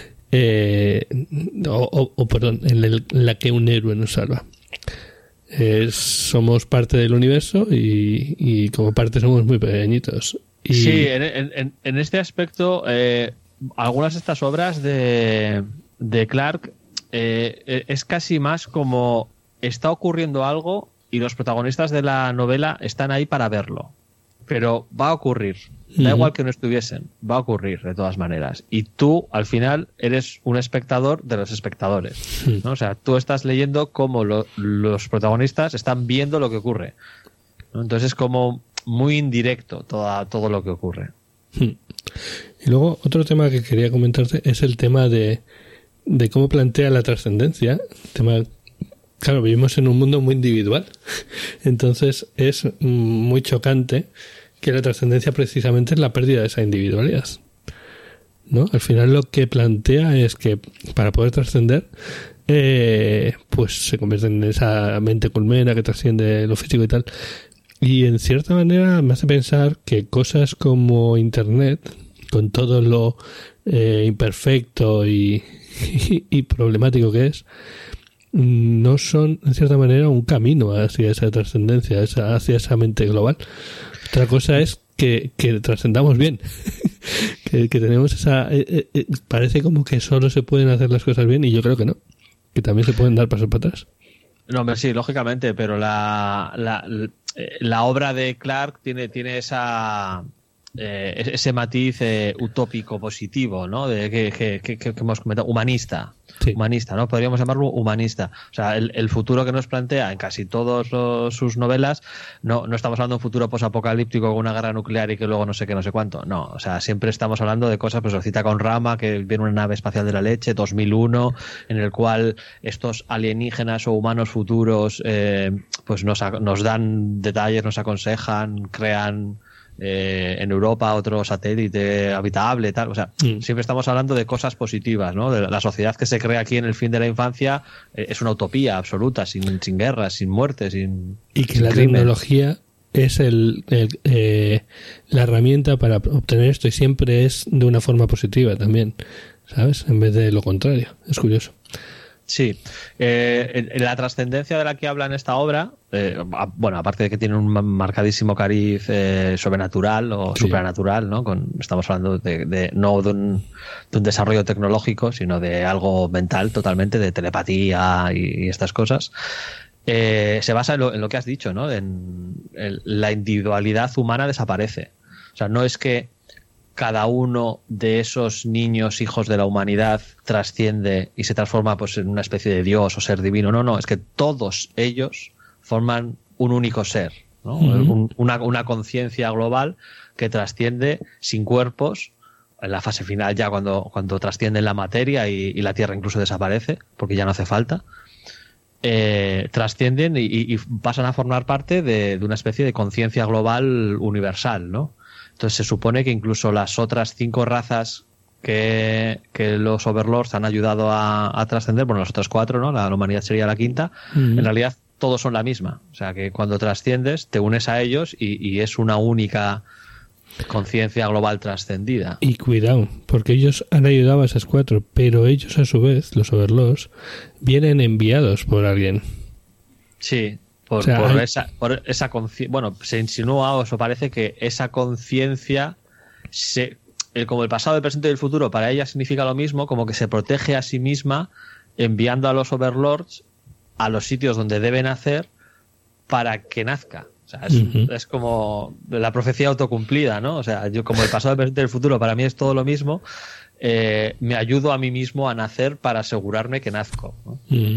perdón, en la que un héroe nos salva. Somos parte del universo y como parte somos muy pequeñitos. Sí, en este aspecto, algunas de estas obras de Clarke es casi más como está ocurriendo algo y los protagonistas de la novela están ahí para verlo. Pero va a ocurrir. Da igual que no estuviesen, va a ocurrir de todas maneras. Y tú, al final, eres un espectador de los espectadores, ¿no? O sea, tú estás leyendo cómo los protagonistas están viendo lo que ocurre, ¿no? Entonces es como muy indirecto todo lo que ocurre. Y luego, otro tema que quería comentarte es el tema de cómo plantea la trascendencia. Claro, vivimos en un mundo muy individual. Entonces es muy chocante que la trascendencia precisamente es la pérdida de esa individualidad, ¿no? Al final lo que plantea es que para poder trascender, pues se convierte en esa mente colmena que trasciende lo físico y tal. Y en cierta manera me hace pensar que cosas como Internet, con todo lo imperfecto y problemático que es, no son en cierta manera un camino hacia esa trascendencia, hacia esa mente global. Otra cosa es que trascendamos bien, que tenemos esa parece como que solo se pueden hacer las cosas bien, y yo creo que no, que también se pueden dar pasos para atrás. No, hombre, sí, lógicamente, pero la obra de Clarke tiene ese matiz utópico positivo, ¿no? De que hemos comentado, humanista. Sí. Humanista, ¿no? Podríamos llamarlo humanista. O sea, el futuro que nos plantea en casi todas sus novelas, no estamos hablando de un futuro posapocalíptico con una guerra nuclear y que luego no sé qué, no sé cuánto. No, o sea, siempre estamos hablando de cosas, pues lo cita con Rama, que viene una nave espacial de la leche, 2001, en el cual estos alienígenas o humanos futuros pues nos dan detalles, nos aconsejan, crean en Europa otro satélite habitable, tal. O sea, siempre estamos hablando de cosas positivas, ¿no? De la sociedad que se crea aquí en el fin de la infancia es una utopía absoluta, sin guerras, sin muertes, y que la tecnología es la herramienta para obtener esto, y siempre es de una forma positiva también, ¿sabes? En vez de lo contrario. Es curioso. Sí, la trascendencia de la que habla en esta obra, bueno, aparte de que tiene un marcadísimo cariz sobrenatural o supranatural, ¿no? Estamos hablando no de un desarrollo tecnológico, sino de algo mental totalmente, de telepatía y estas cosas. Se basa en lo que has dicho, ¿no? La individualidad humana desaparece. O sea, no es que cada uno de esos niños hijos de la humanidad trasciende y se transforma pues en una especie de Dios o ser divino. No, es que todos ellos forman un único ser, ¿no? Una conciencia global que trasciende sin cuerpos. En la fase final, ya cuando trascienden la materia y la Tierra incluso desaparece porque ya no hace falta, trascienden y pasan a formar parte de una especie de conciencia global universal, ¿no? Entonces se supone que incluso las otras 5 razas que los Overlords han ayudado a trascender, bueno, las otras 4, ¿no? La humanidad sería la 5ª, en realidad todos son la misma. O sea que cuando trasciendes te unes a ellos y es una única conciencia global trascendida. Y cuidado, porque ellos han ayudado a esas 4, pero ellos a su vez, los Overlords, vienen enviados por alguien. Sí. Por esa conciencia, bueno, se insinúa o parece que esa conciencia, como el pasado, el presente y el futuro, para ella significa lo mismo, como que se protege a sí misma enviando a los Overlords a los sitios donde debe nacer para que nazca. O sea, es como la profecía autocumplida, ¿no? O sea, yo como el pasado, el presente y el futuro para mí es todo lo mismo, me ayudo a mí mismo a nacer para asegurarme que nazco, ¿no?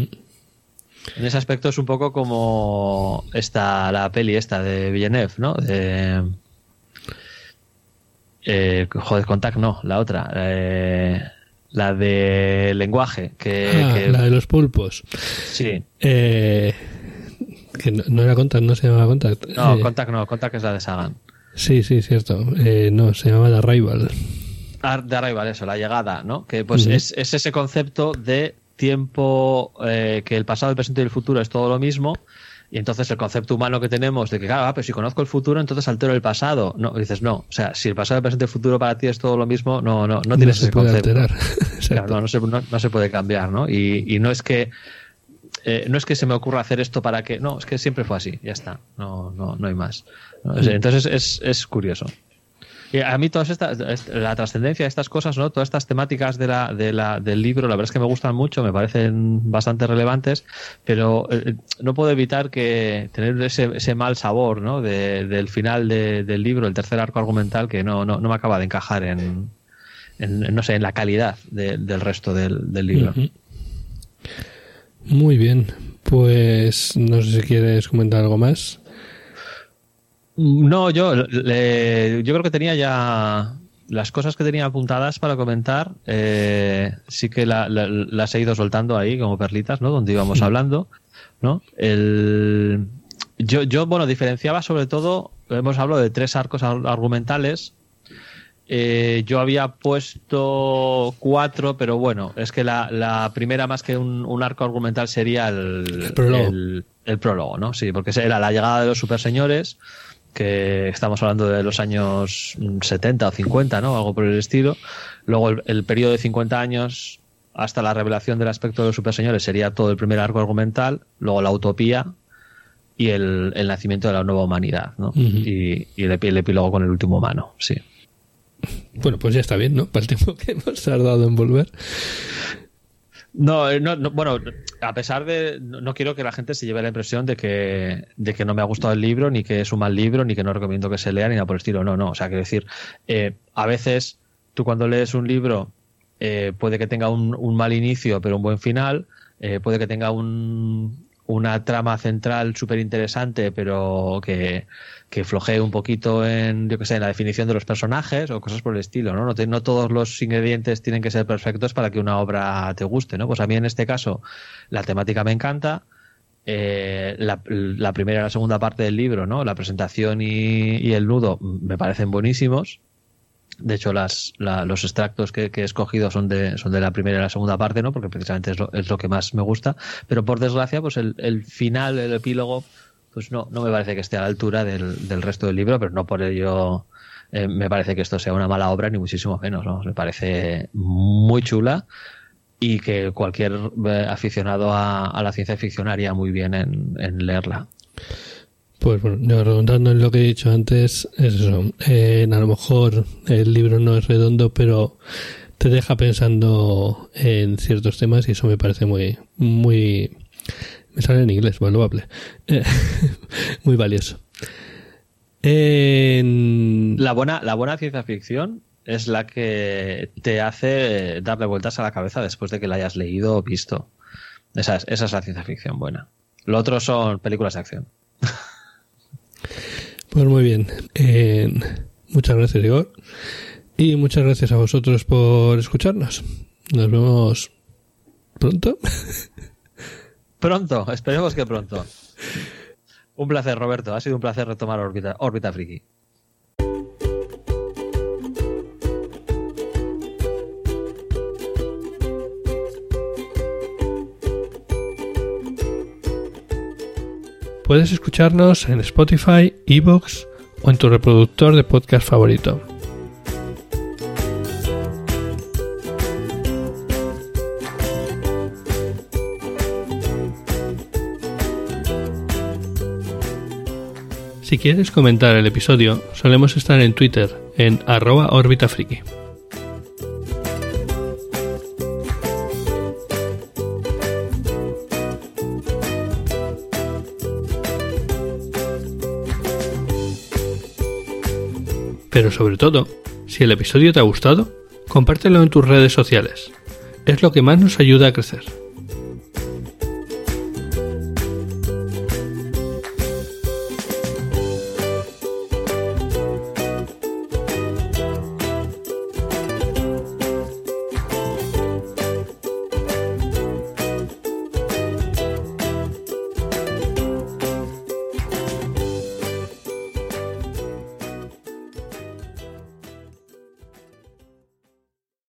En ese aspecto es un poco como la peli esta de Villeneuve, ¿no? Contact no, la otra. La de lenguaje. La de los pulpos. Sí. Que no era Contact, no se llamaba Contact. No, Contact no, Contact es la de Sagan. Sí, cierto. No, se llamaba The Arrival. The Arrival, eso, la llegada, ¿no? Que pues es ese concepto de tiempo, que el pasado, el presente y el futuro es todo lo mismo. Y entonces el concepto humano que tenemos de que, claro, pero si conozco el futuro, entonces altero el pasado. No, dices, no. O sea, si el pasado, el presente y el futuro para ti es todo lo mismo, no tienes ese concepto. Claro, no se puede cambiar, ¿no? Y no es que se me ocurra hacer esto para que... No, es que siempre fue así, ya está. No hay más. Entonces es curioso. Y a mí la trascendencia de estas cosas, ¿no? Todas estas temáticas del libro, la verdad es que me gustan mucho, me parecen bastante relevantes, pero no puedo evitar que tener ese mal sabor, ¿no? Del final del libro, el tercer arco argumental, que no me acaba de encajar en la calidad del resto del libro. Muy bien, pues no sé si quieres comentar algo más. No, yo creo que tenía ya las cosas que tenía apuntadas para comentar. Sí que las he ido soltando ahí como perlitas, ¿no? Donde íbamos hablando, ¿no? Yo diferenciaba sobre todo, hemos hablado de 3 arcos argumentales. Yo había puesto 4, pero bueno, es que la primera, más que un arco argumental, sería el prólogo, ¿no? Sí, porque era la llegada de los superseñores, que estamos hablando de los años 70 o 50, ¿no? Algo por el estilo. Luego el periodo de 50 años hasta la revelación del aspecto de los superseñores sería todo el primer arco argumental. Luego la utopía y el nacimiento de la nueva humanidad, ¿no? Y el epílogo con el último humano, sí. Bueno, pues ya está bien, ¿no? Para el tiempo que hemos tardado en volver. No, bueno, a pesar de... No quiero que la gente se lleve la impresión de que no me ha gustado el libro, ni que es un mal libro, ni que no recomiendo que se lea, ni nada por el estilo. No. O sea, quiero decir, a veces tú cuando lees un libro puede que tenga un mal inicio, pero un buen final. Puede que tenga una trama central súper interesante, pero que flojee un poquito en la definición de los personajes o cosas por el estilo, ¿no? No todos los ingredientes tienen que ser perfectos para que una obra te guste, ¿no? Pues a mí en este caso la temática me encanta. La primera y la segunda parte del libro, ¿no? La presentación y el nudo me parecen buenísimos. De hecho, los extractos que he escogido son de la primera y la segunda parte, ¿no? Porque precisamente es lo que más me gusta. Pero por desgracia, pues el final, el epílogo, pues no me parece que esté a la altura del resto del libro, pero no por ello me parece que esto sea una mala obra, ni muchísimo menos, ¿no? Me parece muy chula y que cualquier aficionado a la ciencia ficción haría muy bien en leerla. Pues bueno, yo redundando en lo que he dicho antes, es eso. A lo mejor el libro no es redondo, pero te deja pensando en ciertos temas y eso me parece muy, muy... Me sale en inglés, valuable. Muy valioso. La buena ciencia ficción es la que te hace darle vueltas a la cabeza después de que la hayas leído o visto. Esa es la ciencia ficción buena. Lo otro son películas de acción. Pues muy bien. Muchas gracias, Igor. Y muchas gracias a vosotros por escucharnos. Nos vemos pronto. Pronto, esperemos que pronto. Un placer, Roberto. Ha sido un placer retomar Órbita Friki. Puedes escucharnos en Spotify, iVoox o en tu reproductor de podcast favorito. Si quieres comentar el episodio, solemos estar en Twitter en @orbitafriki. Pero sobre todo, si el episodio te ha gustado, compártelo en tus redes sociales. Es lo que más nos ayuda a crecer.